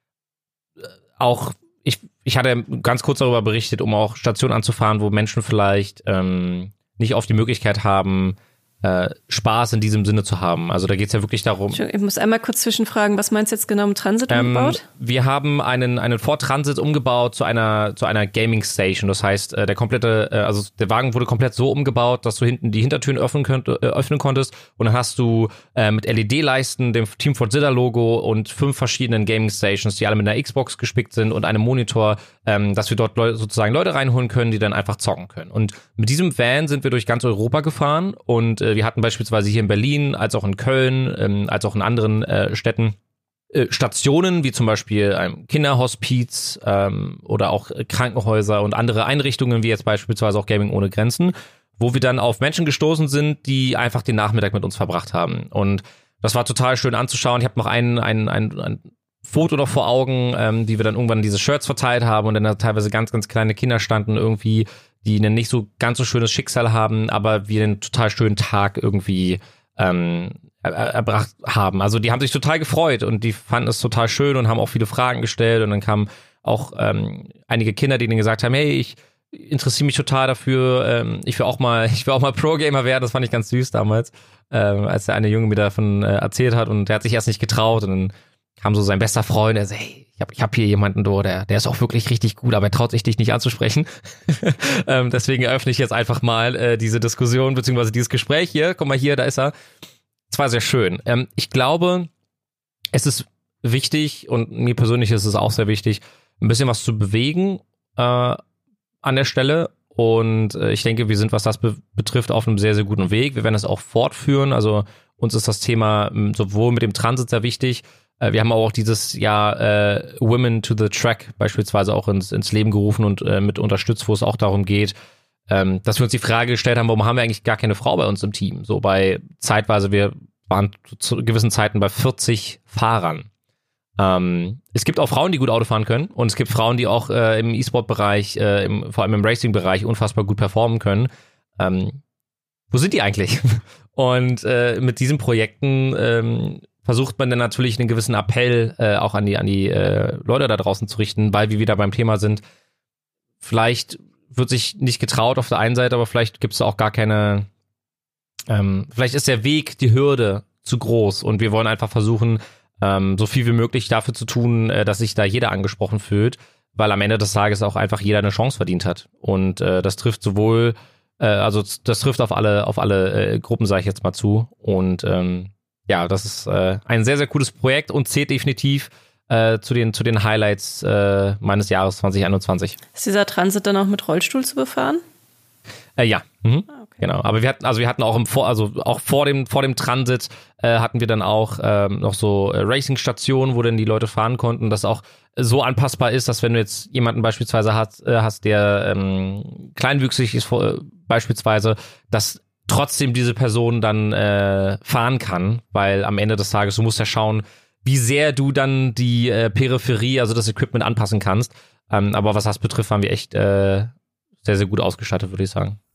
auch, ich hatte ganz kurz darüber berichtet, um auch Stationen anzufahren, wo Menschen vielleicht nicht oft die Möglichkeit haben, Spaß in diesem Sinne zu haben. Also da geht es ja wirklich darum. Ich muss einmal kurz zwischenfragen, was meinst du jetzt genau mit Transit umgebaut? Wir haben einen Ford Transit umgebaut zu einer Gaming Station. Das heißt, der Wagen wurde komplett so umgebaut, dass du hinten die Hintertüren öffnen konntest und dann hast du mit LED-Leisten, dem Team Fortzilla Logo und 5 verschiedenen Gaming Stations, die alle mit einer Xbox gespickt sind und einem Monitor, dass wir dort sozusagen Leute reinholen können, die dann einfach zocken können. Und mit diesem Van sind wir durch ganz Europa gefahren und wir hatten beispielsweise hier in Berlin, als auch in Köln, als auch in anderen Städten Stationen, wie zum Beispiel ein Kinderhospiz oder auch Krankenhäuser und andere Einrichtungen, wie jetzt beispielsweise auch Gaming ohne Grenzen, wo wir dann auf Menschen gestoßen sind, die einfach den Nachmittag mit uns verbracht haben. Und das war total schön anzuschauen. Ich habe noch ein Foto noch vor Augen, wie wir dann irgendwann diese Shirts verteilt haben und dann da teilweise ganz, ganz kleine Kinder standen irgendwie, die ein nicht so ganz so schönes Schicksal haben, aber wir einen total schönen Tag irgendwie erbracht haben. Also die haben sich total gefreut und die fanden es total schön und haben auch viele Fragen gestellt und dann kamen auch einige Kinder, die denen gesagt haben, hey, ich interessiere mich total dafür, ich will auch mal Pro-Gamer werden. Das fand ich ganz süß damals, als der eine Junge mir davon erzählt hat und der hat sich erst nicht getraut und dann kam so sein bester Freund, der so, hey, ich hab hier jemanden, der ist auch wirklich richtig gut, aber er traut sich dich nicht anzusprechen. Deswegen eröffne ich jetzt einfach mal diese Diskussion, beziehungsweise dieses Gespräch hier. Guck mal hier, da ist er. Es war sehr schön. Ich glaube, es ist wichtig und mir persönlich ist es auch sehr wichtig, ein bisschen was zu bewegen an der Stelle. Und ich denke, wir sind, was das betrifft, auf einem sehr, sehr guten Weg. Wir werden es auch fortführen. Also uns ist das Thema sowohl mit dem Transit sehr wichtig. Wir haben auch dieses Jahr Women to the Track beispielsweise auch ins Leben gerufen und mit unterstützt, wo es auch darum geht, dass wir uns die Frage gestellt haben, warum haben wir eigentlich gar keine Frau bei uns im Team? So zeitweise, wir waren zu gewissen Zeiten bei 40 Fahrern. Es gibt auch Frauen, die gut Auto fahren können und es gibt Frauen, die auch im E-Sport-Bereich, vor allem im Racing-Bereich unfassbar gut performen können. Wo sind die eigentlich? Und mit diesen Projekten versucht man dann natürlich einen gewissen Appell auch an die Leute da draußen zu richten, weil wir wieder beim Thema sind. Vielleicht wird sich nicht getraut auf der einen Seite, aber vielleicht gibt es auch gar keine, vielleicht ist der Weg, die Hürde zu groß und wir wollen einfach versuchen, so viel wie möglich dafür zu tun, dass sich da jeder angesprochen fühlt, weil am Ende des Tages auch einfach jeder eine Chance verdient hat. Und das trifft sowohl, das trifft auf alle Gruppen, sage ich jetzt mal zu. Und ja, das ist ein sehr, sehr cooles Projekt und zählt definitiv zu den Highlights meines Jahres 2021. Ist dieser Transit dann auch mit Rollstuhl zu befahren? Ja. Mhm. Okay. Genau. Aber wir hatten auch vor dem Transit hatten wir dann auch noch so Racing-Stationen, wo dann die Leute fahren konnten, das auch so anpassbar ist, dass wenn du jetzt jemanden beispielsweise hast, der kleinwüchsig ist, beispielsweise, dass trotzdem diese Person dann fahren kann, weil am Ende des Tages, du musst ja schauen, wie sehr du dann die Peripherie, also das Equipment anpassen kannst. Aber was das betrifft, waren wir echt sehr, sehr gut ausgestattet, würde ich sagen.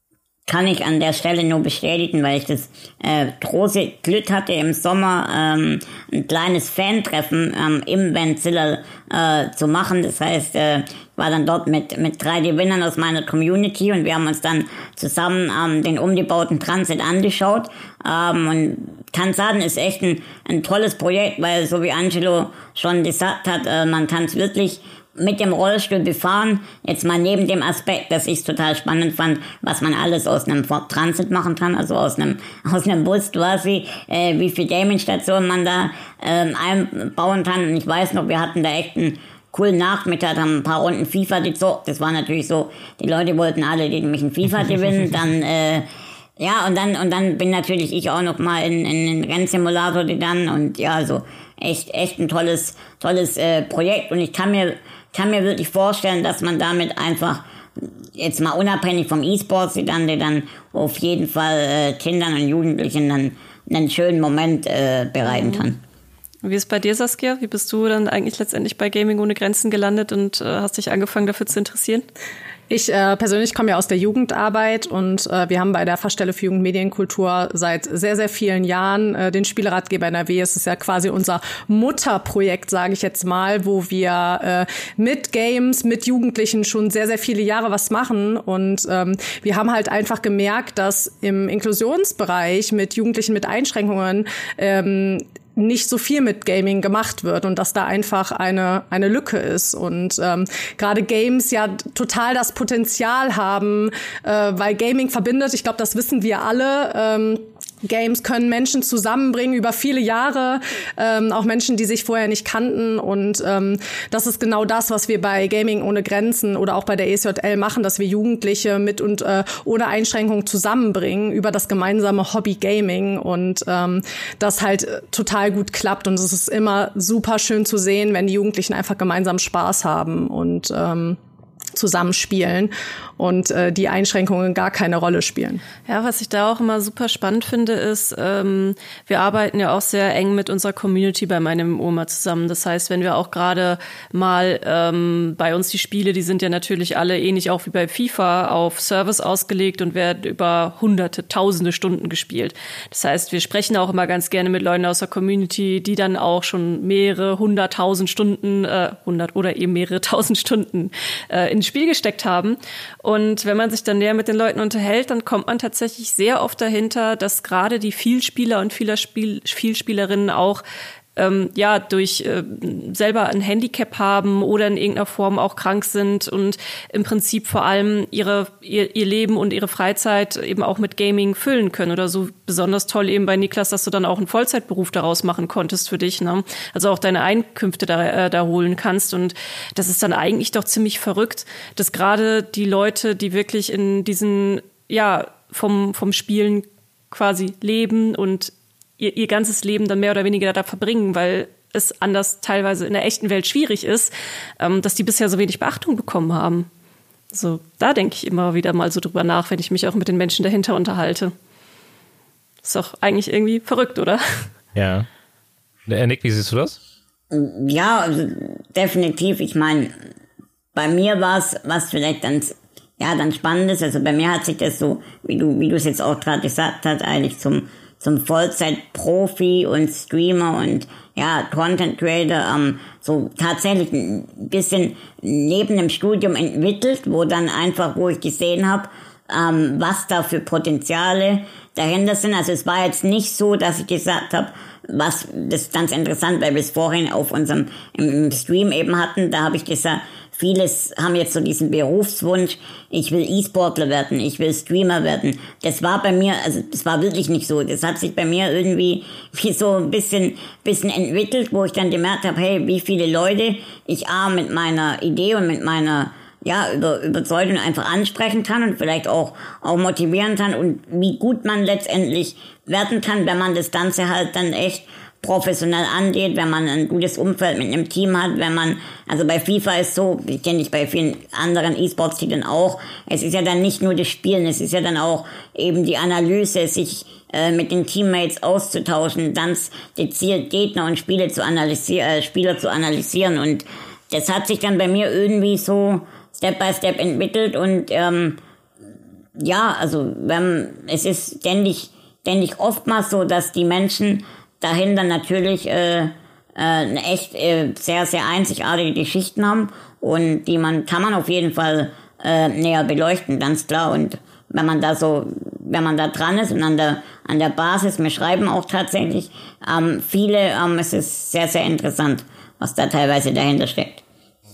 kann ich an der Stelle nur bestätigen, weil ich das große Glück hatte, im Sommer ein kleines Fan-Treffen im Vanzilla zu machen. Das heißt, war dann dort mit 3 Gewinnern aus meiner Community und wir haben uns dann zusammen den umgebauten Transit angeschaut. Und kann sagen, ist echt ein tolles Projekt, weil so wie Angelo schon gesagt hat, man kann es wirklich mit dem Rollstuhl befahren. Jetzt mal neben dem Aspekt, dass ich es total spannend fand, was man alles aus einem Ford Transit machen kann, also aus einem Bus quasi, wie viel Gaming-Stationen man da einbauen kann. Und ich weiß noch, wir hatten da echt einen coolen Nachmittag, haben ein paar Runden FIFA gezockt. Das war natürlich so, die Leute wollten alle gegen mich in FIFA gewinnen. Dann ja, und dann bin natürlich ich auch noch mal in den Rennsimulator gegangen und ja, so echt ein tolles Projekt und ich kann mir wirklich vorstellen, dass man damit einfach jetzt mal unabhängig vom E-Sports die dann auf jeden Fall Kindern und Jugendlichen dann einen schönen Moment bereiten kann. Wie ist bei dir, Saskia? Wie bist du dann eigentlich letztendlich bei Gaming ohne Grenzen gelandet und hast dich angefangen dafür zu interessieren? Ich persönlich komme ja aus der Jugendarbeit und wir haben bei der Fachstelle für Jugendmedienkultur seit sehr, sehr vielen Jahren den Spieleratgeber NRW. Es ist ja quasi unser Mutterprojekt, sage ich jetzt mal, wo wir mit Games, mit Jugendlichen schon sehr, sehr viele Jahre was machen. Und wir haben halt einfach gemerkt, dass im Inklusionsbereich mit Jugendlichen mit Einschränkungen nicht so viel mit Gaming gemacht wird und dass da einfach eine Lücke ist und gerade Games ja total das Potenzial haben, weil Gaming verbindet, ich glaube, das wissen wir alle, Games können Menschen zusammenbringen über viele Jahre, auch Menschen, die sich vorher nicht kannten und das ist genau das, was wir bei Gaming ohne Grenzen oder auch bei der ESJL machen, dass wir Jugendliche mit und ohne Einschränkung zusammenbringen über das gemeinsame Hobby Gaming und das halt total gut klappt und es ist immer super schön zu sehen, wenn die Jugendlichen einfach gemeinsam Spaß haben und zusammenspielen und die Einschränkungen gar keine Rolle spielen. Ja, was ich da auch immer super spannend finde, ist, wir arbeiten ja auch sehr eng mit unserer Community bei meinem Oma zusammen. Das heißt, wenn wir auch gerade mal bei uns die Spiele, die sind ja natürlich alle ähnlich auch wie bei FIFA auf Service ausgelegt und werden über Hunderte, Tausende Stunden gespielt. Das heißt, wir sprechen auch immer ganz gerne mit Leuten aus der Community, die dann auch schon mehrere 100.000 Stunden, 100 oder eben mehrere tausend Stunden ins Spiel gesteckt haben. Und wenn man sich dann näher mit den Leuten unterhält, dann kommt man tatsächlich sehr oft dahinter, dass gerade die Vielspieler und Vielspielerinnen auch durch selber ein Handicap haben oder in irgendeiner Form auch krank sind und im Prinzip vor allem ihr Leben und ihre Freizeit eben auch mit Gaming füllen können oder so besonders toll eben bei Niklas, dass du dann auch einen Vollzeitberuf daraus machen konntest für dich, ne? Also auch deine Einkünfte da holen kannst und das ist dann eigentlich doch ziemlich verrückt, dass gerade die Leute, die wirklich in diesen, vom Spielen quasi leben und ihr ganzes Leben dann mehr oder weniger da verbringen, weil es anders teilweise in der echten Welt schwierig ist, dass die bisher so wenig Beachtung bekommen haben. So, da denke ich immer wieder mal so drüber nach, wenn ich mich auch mit den Menschen dahinter unterhalte. Ist doch eigentlich irgendwie verrückt, oder? Ja. Nick, wie siehst du das? Ja, also definitiv. Ich meine, bei mir war es, was vielleicht dann spannend ist, also bei mir hat sich das so, wie du es jetzt auch gerade gesagt hast, eigentlich zum Vollzeit-Profi und Streamer und Content Creator so tatsächlich ein bisschen neben dem Studium entwickelt, wo ich gesehen habe, was da für Potenziale dahinter sind. Also es war jetzt nicht so, dass ich gesagt habe, das ist ganz interessant, weil wir es vorhin auf unserem im Stream eben hatten, da habe ich gesagt, vieles haben jetzt so diesen Berufswunsch, ich will E-Sportler werden, ich will Streamer werden. Das war bei mir, also das war wirklich nicht so. Das hat sich bei mir irgendwie wie so ein bisschen entwickelt, wo ich dann gemerkt habe, hey, wie viele Leute ich mit meiner Idee und mit meiner Überzeugung einfach ansprechen kann und vielleicht auch motivieren kann und wie gut man letztendlich werden kann, wenn man das Ganze halt dann echt professionell angeht, wenn man ein gutes Umfeld mit einem Team hat, also bei FIFA ist so, ich kenne dich bei vielen anderen E-Sports-Titeln auch, es ist ja dann nicht nur das Spielen, es ist ja dann auch eben die Analyse, sich mit den Teammates auszutauschen, ganz gezielt Gegner und Spieler zu analysieren und das hat sich dann bei mir irgendwie so Step by Step entwickelt und Ja, also es ist ständig oftmals so, dass die Menschen dahinter natürlich eine echt sehr, sehr einzigartige Geschichten haben und kann man auf jeden Fall näher beleuchten, ganz klar. Und wenn man da dran ist und an der Basis, wir schreiben auch tatsächlich viele, es ist sehr, sehr interessant, was da teilweise dahinter steckt.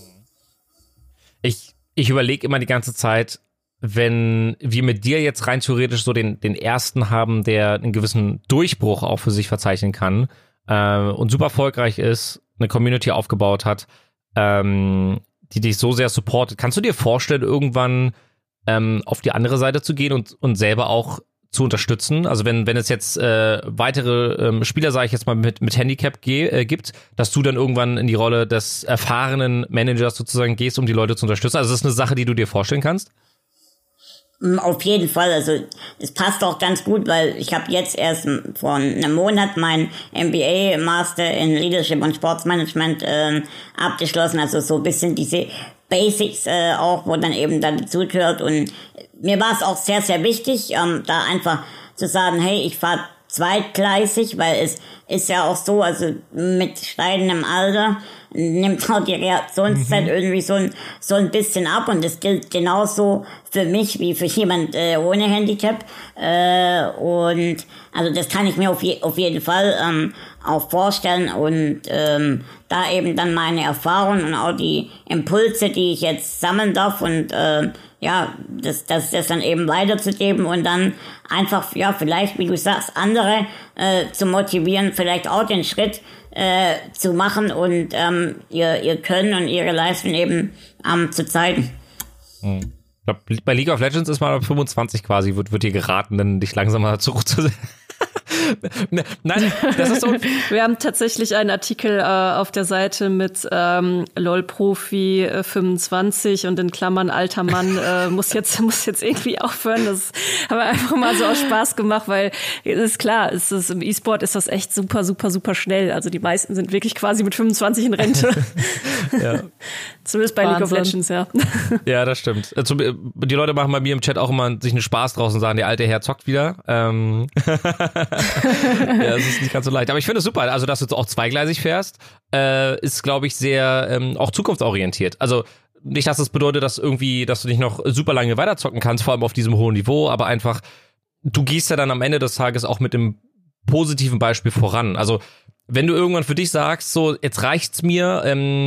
Ich überlege immer die ganze Zeit, wenn wir mit dir jetzt rein theoretisch so den ersten haben, der einen gewissen Durchbruch auch für sich verzeichnen kann und super erfolgreich ist, eine Community aufgebaut hat, die dich so sehr supportet. Kannst du dir vorstellen, irgendwann auf die andere Seite zu gehen und selber auch zu unterstützen? Also wenn es jetzt weitere Spieler, sage ich jetzt mal, mit Handicap gibt, dass du dann irgendwann in die Rolle des erfahrenen Managers sozusagen gehst, um die Leute zu unterstützen? Also ist das eine Sache, die du dir vorstellen kannst? Auf jeden Fall, also es passt auch ganz gut, weil ich habe jetzt erst vor einem Monat mein MBA Master in Leadership und Sportsmanagement abgeschlossen, also so ein bisschen diese Basics auch, wo dann eben dazu gehört, und mir war es auch sehr, sehr wichtig, da einfach zu sagen, hey, ich fahre zweigleisig, weil es ist ja auch so, also mit steigendem Alter nimmt auch die Reaktionszeit irgendwie so ein bisschen ab, und das gilt genauso für mich wie für jemand ohne Handicap, und also das kann ich mir auf jeden Fall auch vorstellen, und da eben dann meine Erfahrungen und auch die Impulse, die ich jetzt sammeln darf, und das dann eben weiterzugeben und dann einfach, ja, vielleicht, wie du sagst, andere zu motivieren, vielleicht auch den Schritt zu machen und ihr Können und ihre Leistung eben zu zeigen. Ich glaube, bei League of Legends ist man ab 25 quasi, wird dir geraten, dann dich langsam mal zurückzusetzen. Nein, das ist so. Wir haben tatsächlich einen Artikel auf der Seite mit LOL-Profi 25 und in Klammern alter Mann muss jetzt irgendwie aufhören. Das haben wir einfach mal so aus Spaß gemacht, weil es ist klar, im E-Sport ist das echt super, super, super schnell. Also die meisten sind wirklich quasi mit 25 in Rente. Ja. Zumindest bei League of Legends, ja. Ja, das stimmt. Die Leute machen bei mir im Chat auch immer sich einen Spaß draus und sagen, der alte Herr zockt wieder. Ja, das ist nicht ganz so leicht. Aber ich finde es super, also dass du auch zweigleisig fährst, ist, glaube ich, sehr auch zukunftsorientiert. Also nicht, dass das bedeutet, dass du nicht noch super lange weiterzocken kannst, vor allem auf diesem hohen Niveau, aber einfach, du gehst ja dann am Ende des Tages auch mit dem positiven Beispiel voran. Also wenn du irgendwann für dich sagst, so, jetzt reicht's mir,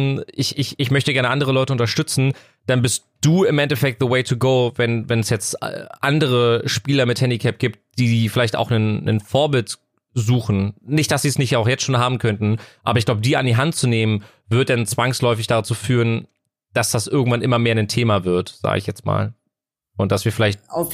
ich möchte gerne andere Leute unterstützen, dann bist du im Endeffekt the way to go, wenn es jetzt andere Spieler mit Handicap gibt, die vielleicht auch einen Vorbild suchen. Nicht, dass sie es nicht auch jetzt schon haben könnten, aber ich glaube, die an die Hand zu nehmen, wird dann zwangsläufig dazu führen, dass das irgendwann immer mehr ein Thema wird, sage ich jetzt mal. Und dass wir vielleicht... Auf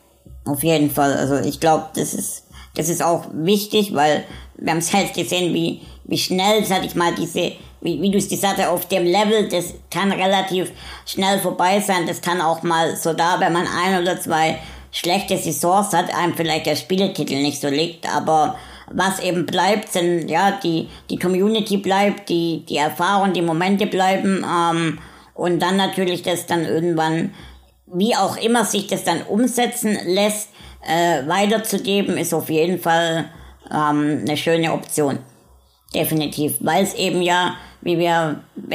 jeden Fall. Also ich glaube, das ist auch wichtig, weil wir haben es halt gesehen, wie schnell, sag ich mal, wie du es gesagt hast, auf dem Level, das kann relativ schnell vorbei sein. Das kann auch mal so wenn man 1 oder 2 schlechte Saisons hat, einem vielleicht der Spieletitel nicht so liegt, aber was eben bleibt, sind, ja, die Community bleibt, die Erfahrung, die Momente bleiben, und dann natürlich das dann irgendwann, wie auch immer sich das dann umsetzen lässt, weiterzugeben, ist auf jeden Fall eine schöne Option. Definitiv, weil es eben ja, ihr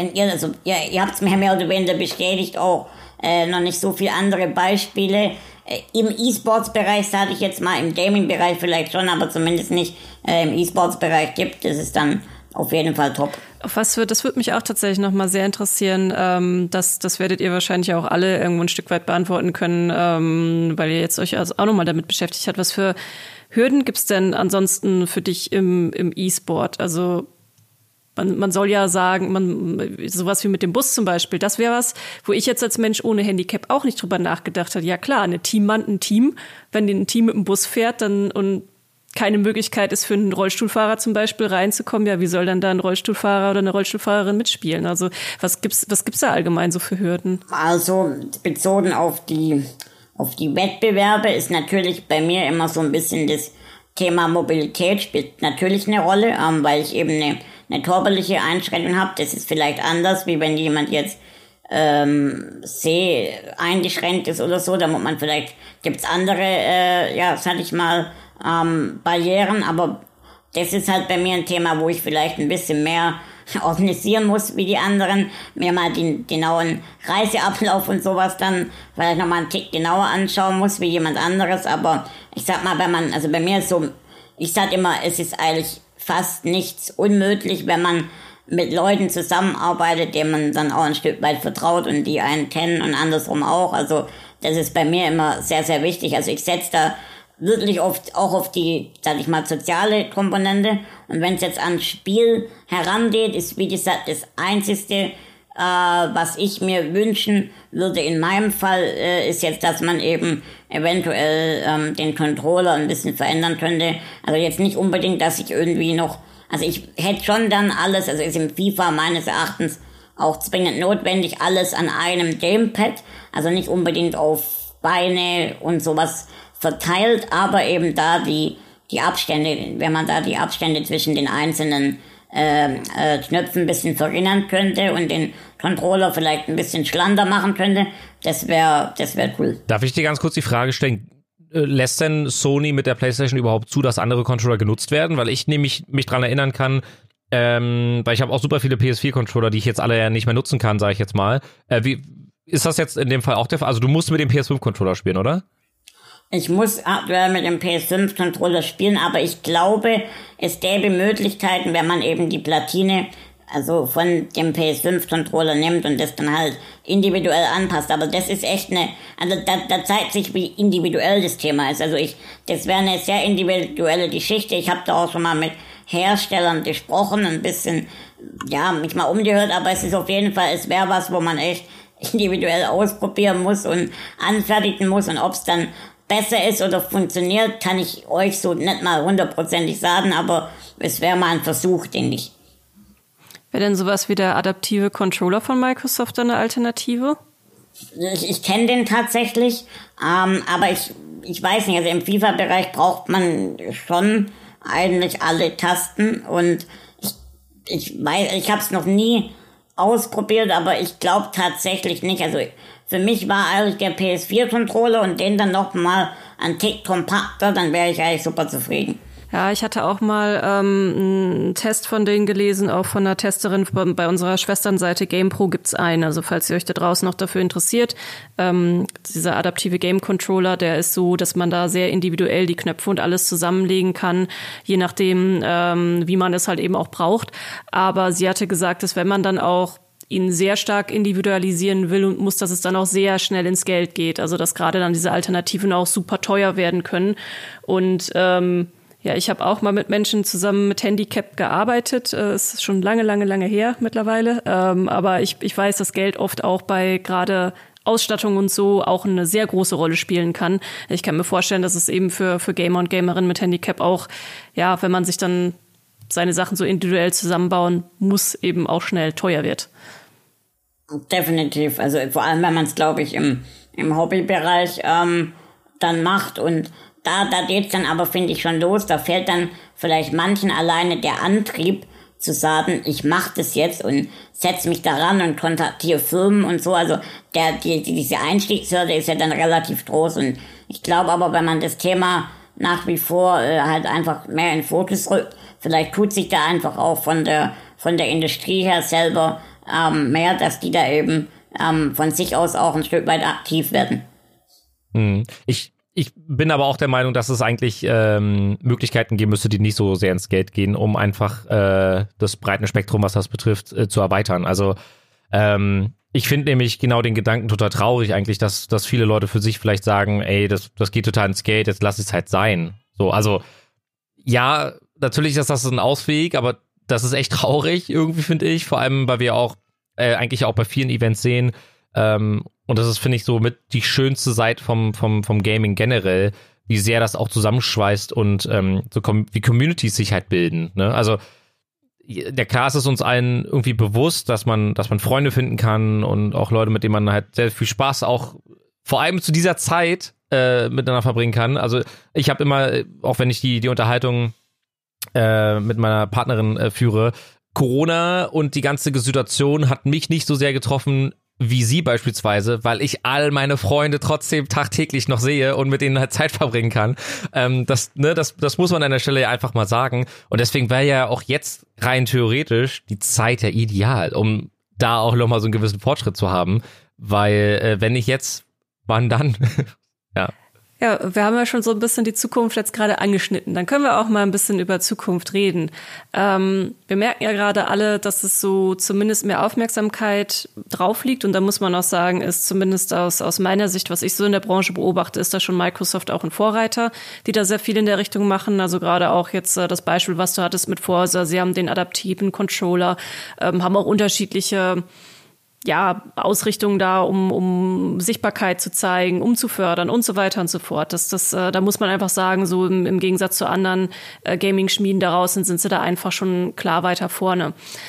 habt es mir mehr oder weniger bestätigt, auch noch nicht so viele andere Beispiele im E-Sports-Bereich, sage ich jetzt mal, im Gaming-Bereich vielleicht schon, aber zumindest nicht im E-Sports-Bereich gibt. Das ist dann auf jeden Fall top. Das würde mich auch tatsächlich noch mal sehr interessieren. Das werdet ihr wahrscheinlich auch alle irgendwo ein Stück weit beantworten können, weil ihr jetzt euch also auch noch mal damit beschäftigt habt. Was für Hürden gibt's denn ansonsten für dich im E-Sport? Also man soll ja sagen, sowas wie mit dem Bus zum Beispiel, das wäre was, wo ich jetzt als Mensch ohne Handicap auch nicht drüber nachgedacht habe. Ja klar, ein Team, wenn ein Team mit dem Bus fährt und keine Möglichkeit ist für einen Rollstuhlfahrer zum Beispiel reinzukommen, ja, wie soll dann da ein Rollstuhlfahrer oder eine Rollstuhlfahrerin mitspielen? Also was gibt's da allgemein so für Hürden? Also bezogen auf die Wettbewerbe ist natürlich bei mir immer so ein bisschen das Thema Mobilität spielt natürlich eine Rolle, weil ich eben eine körperliche Einschränkung habe. Das ist vielleicht anders, wie wenn jemand jetzt Seh eingeschränkt ist oder so, da muss man vielleicht, gibt's andere, sag ich mal, Barrieren, aber das ist halt bei mir ein Thema, wo ich vielleicht ein bisschen mehr organisieren muss wie die anderen, mir mal den genauen Reiseablauf und sowas dann vielleicht nochmal einen Tick genauer anschauen muss wie jemand anderes, aber ich sag mal, also bei mir ist so, ich sag immer, es ist eigentlich fast nichts unmöglich, wenn man mit Leuten zusammenarbeitet, denen man dann auch ein Stück weit vertraut und die einen kennen und andersrum auch. Also das ist bei mir immer sehr, sehr wichtig. Also ich setze da wirklich oft auch auf die, sag ich mal, soziale Komponente. Und wenn es jetzt ans Spiel herangeht, ist wie gesagt das Einzige, was ich mir wünschen würde in meinem Fall, ist jetzt, dass man eben eventuell den Controller ein bisschen verändern könnte. Also jetzt nicht unbedingt, dass ich irgendwie noch, also ich hätte schon dann alles, also ist im FIFA meines Erachtens auch zwingend notwendig, alles an einem Gamepad, also nicht unbedingt auf Beine und sowas verteilt, aber eben da die Abstände, wenn man da die Abstände zwischen den einzelnen Knöpfen ein bisschen verringern könnte und den Controller vielleicht ein bisschen schlanker machen könnte, das wäre cool. Darf ich dir ganz kurz die Frage stellen, lässt denn Sony mit der PlayStation überhaupt zu, dass andere Controller genutzt werden? Weil ich nämlich mich dran erinnern kann, weil ich habe auch super viele PS4-Controller, die ich jetzt alle ja nicht mehr nutzen kann, sage ich jetzt mal. Wie ist das jetzt in dem Fall auch der Fall? Also du musst mit dem PS5-Controller spielen, oder? Ich muss aktuell mit dem PS5-Controller spielen, aber ich glaube, es gäbe Möglichkeiten, wenn man eben die Platine also von dem PS5-Controller nimmt und das dann halt individuell anpasst. Aber das ist echt also da zeigt sich, wie individuell das Thema ist. Also das wäre eine sehr individuelle Geschichte. Ich habe da auch schon mal mit Herstellern gesprochen, ein bisschen, mich mal umgehört, aber es ist auf jeden Fall, es wäre was, wo man echt individuell ausprobieren muss und anfertigen muss, und ob es dann besser ist oder funktioniert, kann ich euch so nicht mal 100%ig sagen, aber es wäre mal ein Versuch, denke ich. Wäre denn sowas wie der adaptive Controller von Microsoft eine Alternative? Ich kenne den tatsächlich, aber ich weiß nicht, also im FIFA-Bereich braucht man schon eigentlich alle Tasten, und ich habe es noch nie ausprobiert, aber ich glaube tatsächlich nicht. Also für mich war eigentlich der PS4-Controller und den dann noch mal ein Tick kompakter, dann wäre ich eigentlich super zufrieden. Ja, ich hatte auch mal einen Test von denen gelesen, auch von einer Testerin bei unserer Schwesternseite GamePro gibt's einen. Also falls ihr euch da draußen noch dafür interessiert, dieser adaptive Game-Controller, der ist so, dass man da sehr individuell die Knöpfe und alles zusammenlegen kann, je nachdem, wie man es halt eben auch braucht. Aber sie hatte gesagt, dass wenn man dann auch ihn sehr stark individualisieren will und muss, dass es dann auch sehr schnell ins Geld geht. Also dass gerade dann diese Alternativen auch super teuer werden können. Und ich habe auch mal mit Menschen zusammen mit Handicap gearbeitet. Es ist schon lange her mittlerweile. Aber ich weiß, dass Geld oft auch bei gerade Ausstattung und so auch eine sehr große Rolle spielen kann. Ich kann mir vorstellen, dass es eben für Gamer und Gamerinnen mit Handicap auch, wenn man sich dann seine Sachen so individuell zusammenbauen muss, eben auch schnell teuer wird. Definitiv. Also vor allem, wenn man es, glaube ich, im Hobbybereich dann macht, und da geht's dann aber, finde ich, schon los. Da fehlt dann vielleicht manchen alleine der Antrieb zu sagen, ich mache das jetzt und setze mich daran und kontaktiere Firmen und so. Also diese Einstiegshürde ist ja dann relativ groß, und ich glaube aber, wenn man das Thema nach wie vor halt einfach mehr in den Fokus rückt, vielleicht tut sich da einfach auch von der Industrie her selber mehr, dass die da eben von sich aus auch ein Stück weit aktiv werden. Ich bin aber auch der Meinung, dass es eigentlich Möglichkeiten geben müsste, die nicht so sehr ins Geld gehen, um einfach das breite Spektrum, was das betrifft, zu erweitern. Also ich finde nämlich genau den Gedanken total traurig eigentlich, dass viele Leute für sich vielleicht sagen, ey, das geht total ins Geld, jetzt lass es halt sein. So, also ja, natürlich ist das ein Ausweg, aber das ist echt traurig irgendwie, finde ich. Vor allem, weil wir auch eigentlich auch bei vielen Events sehen, und das ist, finde ich, so mit die schönste Seite vom Gaming generell, wie sehr das auch zusammenschweißt und wie Communities sich halt bilden. Ne? Also klar ist es uns allen irgendwie bewusst, dass man Freunde finden kann und auch Leute, mit denen man halt sehr viel Spaß auch vor allem zu dieser Zeit miteinander verbringen kann. Also ich habe immer, auch wenn ich die Unterhaltung mit meiner Partnerin führe, Corona und die ganze Situation hat mich nicht so sehr getroffen wie sie beispielsweise, weil ich all meine Freunde trotzdem tagtäglich noch sehe und mit denen halt Zeit verbringen kann. Das muss man an der Stelle ja einfach mal sagen. Und deswegen wäre ja auch jetzt rein theoretisch die Zeit ja ideal, um da auch nochmal so einen gewissen Fortschritt zu haben. Weil wenn nicht jetzt, wann dann? Ja. Ja, wir haben ja schon so ein bisschen die Zukunft jetzt gerade angeschnitten. Dann können wir auch mal ein bisschen über Zukunft reden. Wir merken ja gerade alle, dass es so zumindest mehr Aufmerksamkeit drauf liegt. Und da muss man auch sagen, ist zumindest aus meiner Sicht, was ich so in der Branche beobachte, ist da schon Microsoft auch ein Vorreiter, die da sehr viel in der Richtung machen. Also gerade auch jetzt das Beispiel, was du hattest mit Forza. Sie haben den adaptiven Controller, haben auch unterschiedliche Ausrichtungen da, um Sichtbarkeit zu zeigen, um zu fördern und so weiter und so fort. Da muss man einfach sagen, so im Gegensatz zu anderen Gaming-Schmieden da draußen sind sie da einfach schon klar weiter vorne.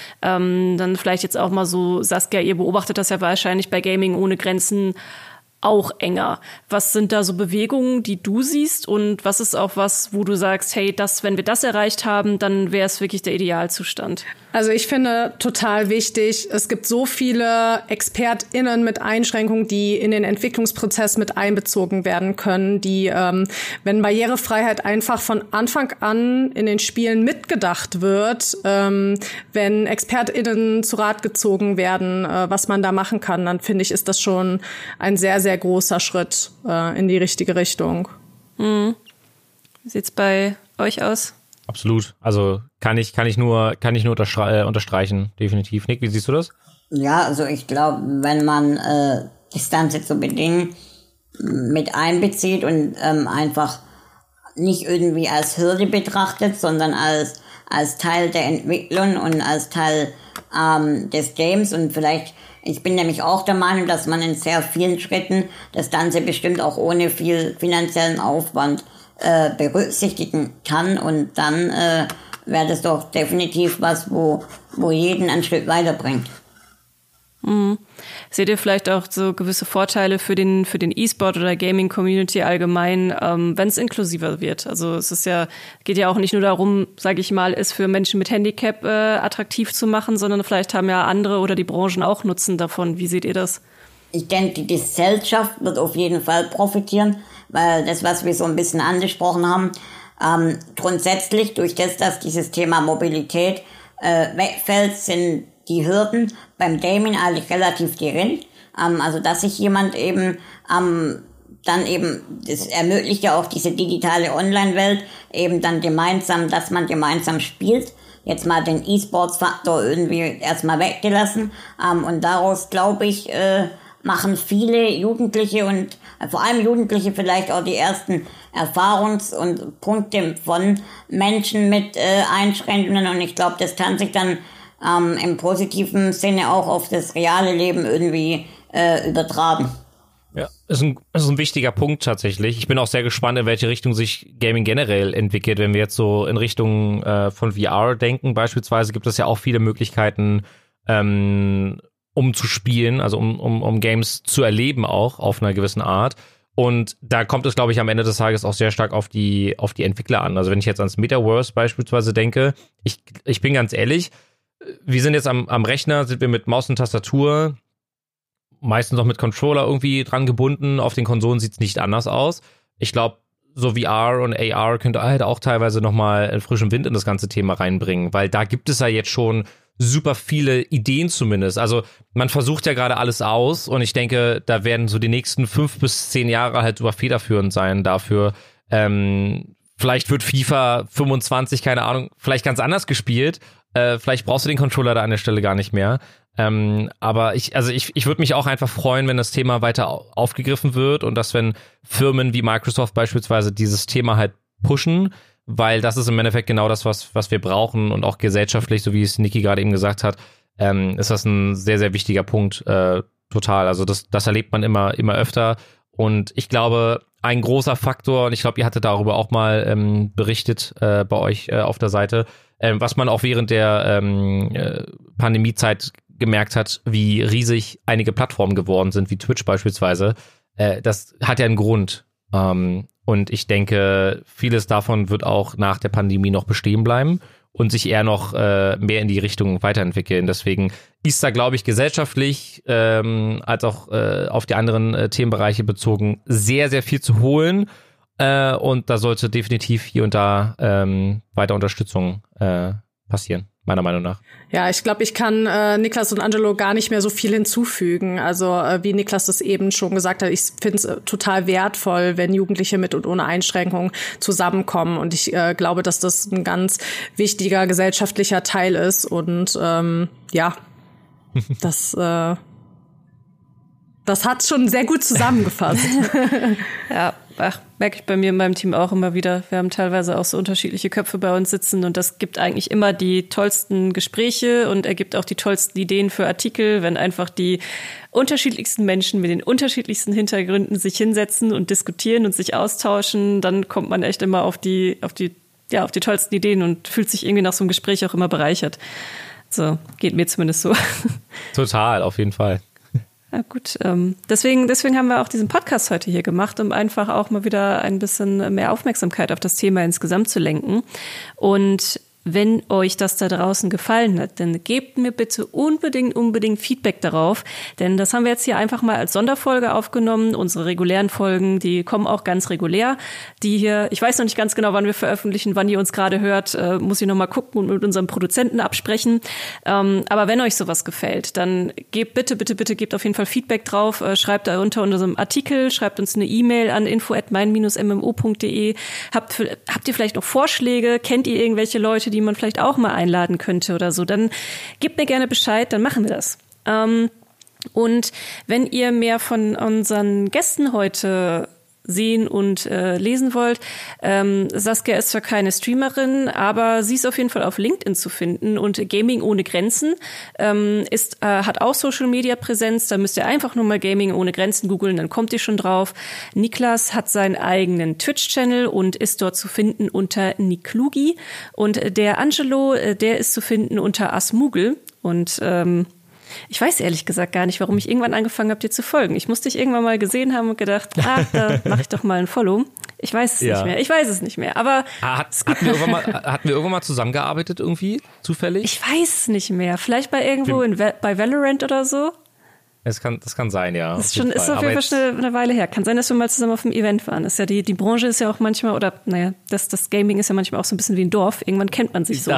Dann vielleicht jetzt auch mal so, Saskia, ihr beobachtet das ja wahrscheinlich bei Gaming ohne Grenzen auch enger. Was sind da so Bewegungen, die du siehst, und was ist auch was, wo du sagst, hey, wenn wir das erreicht haben, dann wäre es wirklich der Idealzustand? Also ich finde total wichtig, es gibt so viele ExpertInnen mit Einschränkungen, die in den Entwicklungsprozess mit einbezogen werden können, die, wenn Barrierefreiheit einfach von Anfang an in den Spielen mitgedacht wird, wenn ExpertInnen zu Rat gezogen werden, was man da machen kann, dann finde ich, ist das schon ein sehr, sehr großer Schritt in die richtige Richtung. Wie sieht's bei euch aus? Absolut. Also kann ich nur unterstreichen, definitiv. Nick, wie siehst du das? Ja, also ich glaube, wenn man Distanz zu bedingen mit einbezieht und einfach nicht irgendwie als Hürde betrachtet, sondern als Teil der Entwicklung und als Teil des Games, und vielleicht, ich bin nämlich auch der Meinung, dass man in sehr vielen Schritten das Ganze bestimmt auch ohne viel finanziellen Aufwand berücksichtigen kann, und dann wäre das doch definitiv was, wo jeden einen Schritt weiterbringt. Mhm. Seht ihr vielleicht auch so gewisse Vorteile für den E-Sport oder Gaming-Community allgemein, wenn es inklusiver wird? Also geht ja auch nicht nur darum, sage ich mal, es für Menschen mit Handicap attraktiv zu machen, sondern vielleicht haben ja andere oder die Branchen auch Nutzen davon. Wie seht ihr das? Ich denke, die Gesellschaft wird auf jeden Fall profitieren, weil das, was wir so ein bisschen angesprochen haben, grundsätzlich durch das, dass dieses Thema Mobilität wegfällt, sind die Hürden beim Gaming eigentlich relativ gering. Also dass sich jemand eben dann eben, das ermöglicht ja auch diese digitale Online-Welt, eben dann dass man gemeinsam spielt. Jetzt mal den E-Sports-Faktor irgendwie erstmal weggelassen. Und daraus, glaube ich, machen viele Jugendliche und vor allem Jugendliche vielleicht auch die ersten Erfahrungs- und Punkte von Menschen mit Einschränkungen. Und ich glaube, das kann sich dann im positiven Sinne auch auf das reale Leben irgendwie übertragen. Ja, ist ein wichtiger Punkt tatsächlich. Ich bin auch sehr gespannt, in welche Richtung sich Gaming generell entwickelt. Wenn wir jetzt so in Richtung von VR denken, beispielsweise, gibt es ja auch viele Möglichkeiten, um zu spielen, also um Games zu erleben auch auf einer gewissen Art. Und da kommt es, glaube ich, am Ende des Tages auch sehr stark auf die Entwickler an. Also wenn ich jetzt ans Metaverse beispielsweise denke, ich bin ganz ehrlich, wir sind jetzt am Rechner, sind wir mit Maus und Tastatur, meistens noch mit Controller irgendwie dran gebunden. Auf den Konsolen sieht es nicht anders aus. Ich glaube, so VR und AR könnte halt auch teilweise nochmal einen frischen Wind in das ganze Thema reinbringen, weil da gibt es ja jetzt schon super viele Ideen zumindest. Also man versucht ja gerade alles aus, und ich denke, da werden so die nächsten 5 bis 10 Jahre halt super federführend sein dafür. Vielleicht wird FIFA 25, keine Ahnung, vielleicht ganz anders gespielt. Vielleicht brauchst du den Controller da an der Stelle gar nicht mehr. Aber ich würde mich auch einfach freuen, wenn das Thema weiter aufgegriffen wird, und dass, wenn Firmen wie Microsoft beispielsweise dieses Thema halt pushen, weil das ist im Endeffekt genau das, was wir brauchen, und auch gesellschaftlich, so wie es Niki gerade eben gesagt hat, ist das ein sehr, sehr wichtiger Punkt, total. Also das erlebt man immer öfter, und ich glaube, ein großer Faktor, und ich glaube, ihr hattet darüber auch mal berichtet bei euch auf der Seite, was man auch während der Pandemiezeit gemerkt hat, wie riesig einige Plattformen geworden sind, wie Twitch beispielsweise. Das hat ja einen Grund. Und ich denke, vieles davon wird auch nach der Pandemie noch bestehen bleiben. und sich eher noch mehr in die Richtung weiterentwickeln. Deswegen ist da, glaube ich, gesellschaftlich als auch auf die anderen Themenbereiche bezogen sehr, sehr viel zu holen. Und da sollte definitiv hier und da weiter Unterstützung passieren, meiner Meinung nach. Ja, ich glaube, ich kann Niklas und Angelo gar nicht mehr so viel hinzufügen. Also wie Niklas das eben schon gesagt hat, ich finde es total wertvoll, wenn Jugendliche mit und ohne Einschränkung zusammenkommen. Und ich glaube, dass das ein ganz wichtiger gesellschaftlicher Teil ist. Und das hat schon sehr gut zusammengefasst. Ja, merke ich bei mir in meinem Team auch immer wieder. Wir haben teilweise auch so unterschiedliche Köpfe bei uns sitzen und das gibt eigentlich immer die tollsten Gespräche und ergibt auch die tollsten Ideen für Artikel, wenn einfach die unterschiedlichsten Menschen mit den unterschiedlichsten Hintergründen sich hinsetzen und diskutieren und sich austauschen, dann kommt man echt immer auf die tollsten Ideen und fühlt sich irgendwie nach so einem Gespräch auch immer bereichert. So, geht mir zumindest so. Total, auf jeden Fall. Ja, gut. Deswegen haben wir auch diesen Podcast heute hier gemacht, um einfach auch mal wieder ein bisschen mehr Aufmerksamkeit auf das Thema insgesamt zu lenken. Und wenn euch das da draußen gefallen hat, dann gebt mir bitte unbedingt Feedback darauf, denn das haben wir jetzt hier einfach mal als Sonderfolge aufgenommen. Unsere regulären Folgen, die kommen auch ganz regulär. Die hier, ich weiß noch nicht ganz genau, wann wir veröffentlichen, wann ihr uns gerade hört, muss ich noch mal gucken und mit unserem Produzenten absprechen. Aber wenn euch sowas gefällt, dann gebt bitte gebt auf jeden Fall Feedback drauf. Schreibt da unter unserem Artikel, schreibt uns eine E-Mail an info@mein-mmo.de. Habt ihr vielleicht noch Vorschläge? Kennt ihr irgendwelche Leute, die man vielleicht auch mal einladen könnte oder so, dann gebt mir gerne Bescheid, dann machen wir das. Und wenn ihr mehr von unseren Gästen heute sehen und lesen wollt, Saskia ist zwar keine Streamerin, aber sie ist auf jeden Fall auf LinkedIn zu finden und Gaming ohne Grenzen hat auch Social-Media-Präsenz, da müsst ihr einfach nur mal Gaming ohne Grenzen googeln, dann kommt ihr schon drauf. Niklas hat seinen eigenen Twitch-Channel und ist dort zu finden unter Niklugi und der Angelo, der ist zu finden unter Asmugel und ich weiß ehrlich gesagt gar nicht, warum ich irgendwann angefangen habe, dir zu folgen. Ich musste dich irgendwann mal gesehen haben und gedacht, da mache ich doch mal ein Follow. Ich weiß es nicht mehr. Aber hatten wir irgendwann mal zusammengearbeitet irgendwie, zufällig? Ich weiß es nicht mehr. Vielleicht bei irgendwo bei Valorant oder so. Das kann sein, ja. Ist auf jeden Fall schon eine Weile her. Kann sein, dass wir mal zusammen auf einem Event waren. Ist ja die Branche ist ja auch manchmal, oder naja, das Gaming ist ja manchmal auch so ein bisschen wie ein Dorf. Irgendwann kennt man sich so.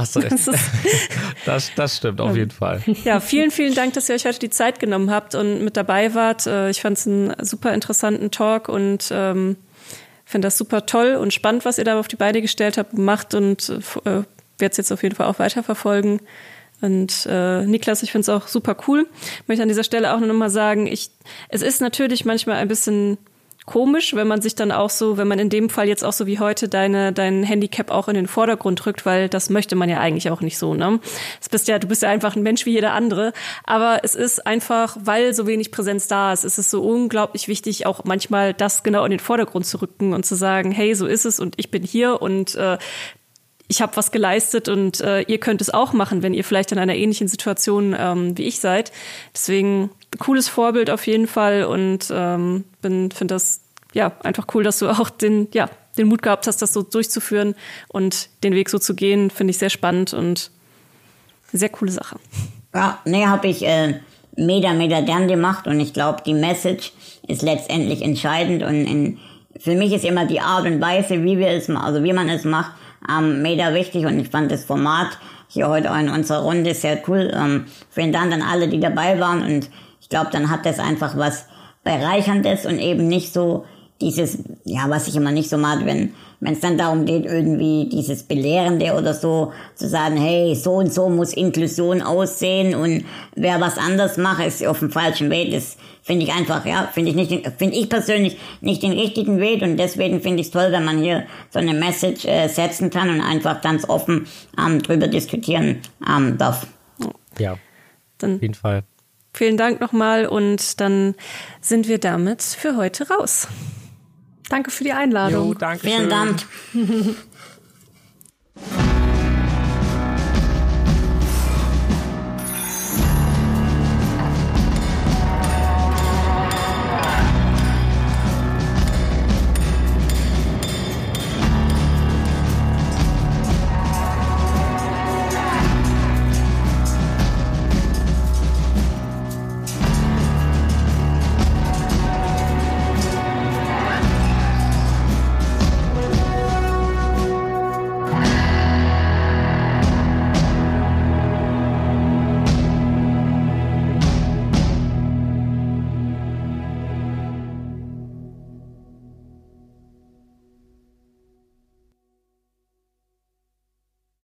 Das stimmt, auf jeden Fall. Ja, vielen Dank, dass ihr euch heute die Zeit genommen habt und mit dabei wart. Ich fand es einen super interessanten Talk und finde das super toll und spannend, was ihr da auf die Beine gestellt habt und macht und werde es jetzt auf jeden Fall auch weiterverfolgen. Und Niklas, ich finde es auch super cool. Ich möchte an dieser Stelle auch noch mal sagen, es ist natürlich manchmal ein bisschen komisch, wenn man sich dann auch so, wenn man in dem Fall jetzt auch so wie heute dein Handicap auch in den Vordergrund rückt, weil das möchte man ja eigentlich auch nicht so, ne? Du bist ja einfach ein Mensch wie jeder andere. Aber es ist einfach, weil so wenig Präsenz da ist, es so unglaublich wichtig, auch manchmal das genau in den Vordergrund zu rücken und zu sagen, hey, so ist es und ich bin hier und ich habe was geleistet und ihr könnt es auch machen, wenn ihr vielleicht in einer ähnlichen Situation wie ich seid. Deswegen cooles Vorbild auf jeden Fall und finde das ja einfach cool, dass du auch den Mut gehabt hast, das so durchzuführen und den Weg so zu gehen, finde ich sehr spannend und eine sehr coole Sache. Ja, habe ich mega gern gemacht und ich glaube, die Message ist letztendlich entscheidend und für mich ist immer die Art und Weise, wie man es macht, mega wichtig und ich fand das Format hier heute auch in unserer Runde sehr cool. Vielen Dank an alle, die dabei waren und ich glaube, dann hat das einfach was Bereicherndes und eben nicht so dieses, was ich immer nicht so mag, wenn es dann darum geht, irgendwie dieses Belehrende oder so, zu sagen, hey, so und so muss Inklusion aussehen und wer was anders macht, ist auf dem falschen Weg. Das finde ich einfach, finde ich persönlich nicht den richtigen Weg und deswegen finde ich es toll, wenn man hier so eine Message setzen kann und einfach ganz offen drüber diskutieren darf. Ja, dann auf jeden Fall. Vielen Dank nochmal und dann sind wir damit für heute raus. Danke für die Einladung. Jo, danke Vielen Dank.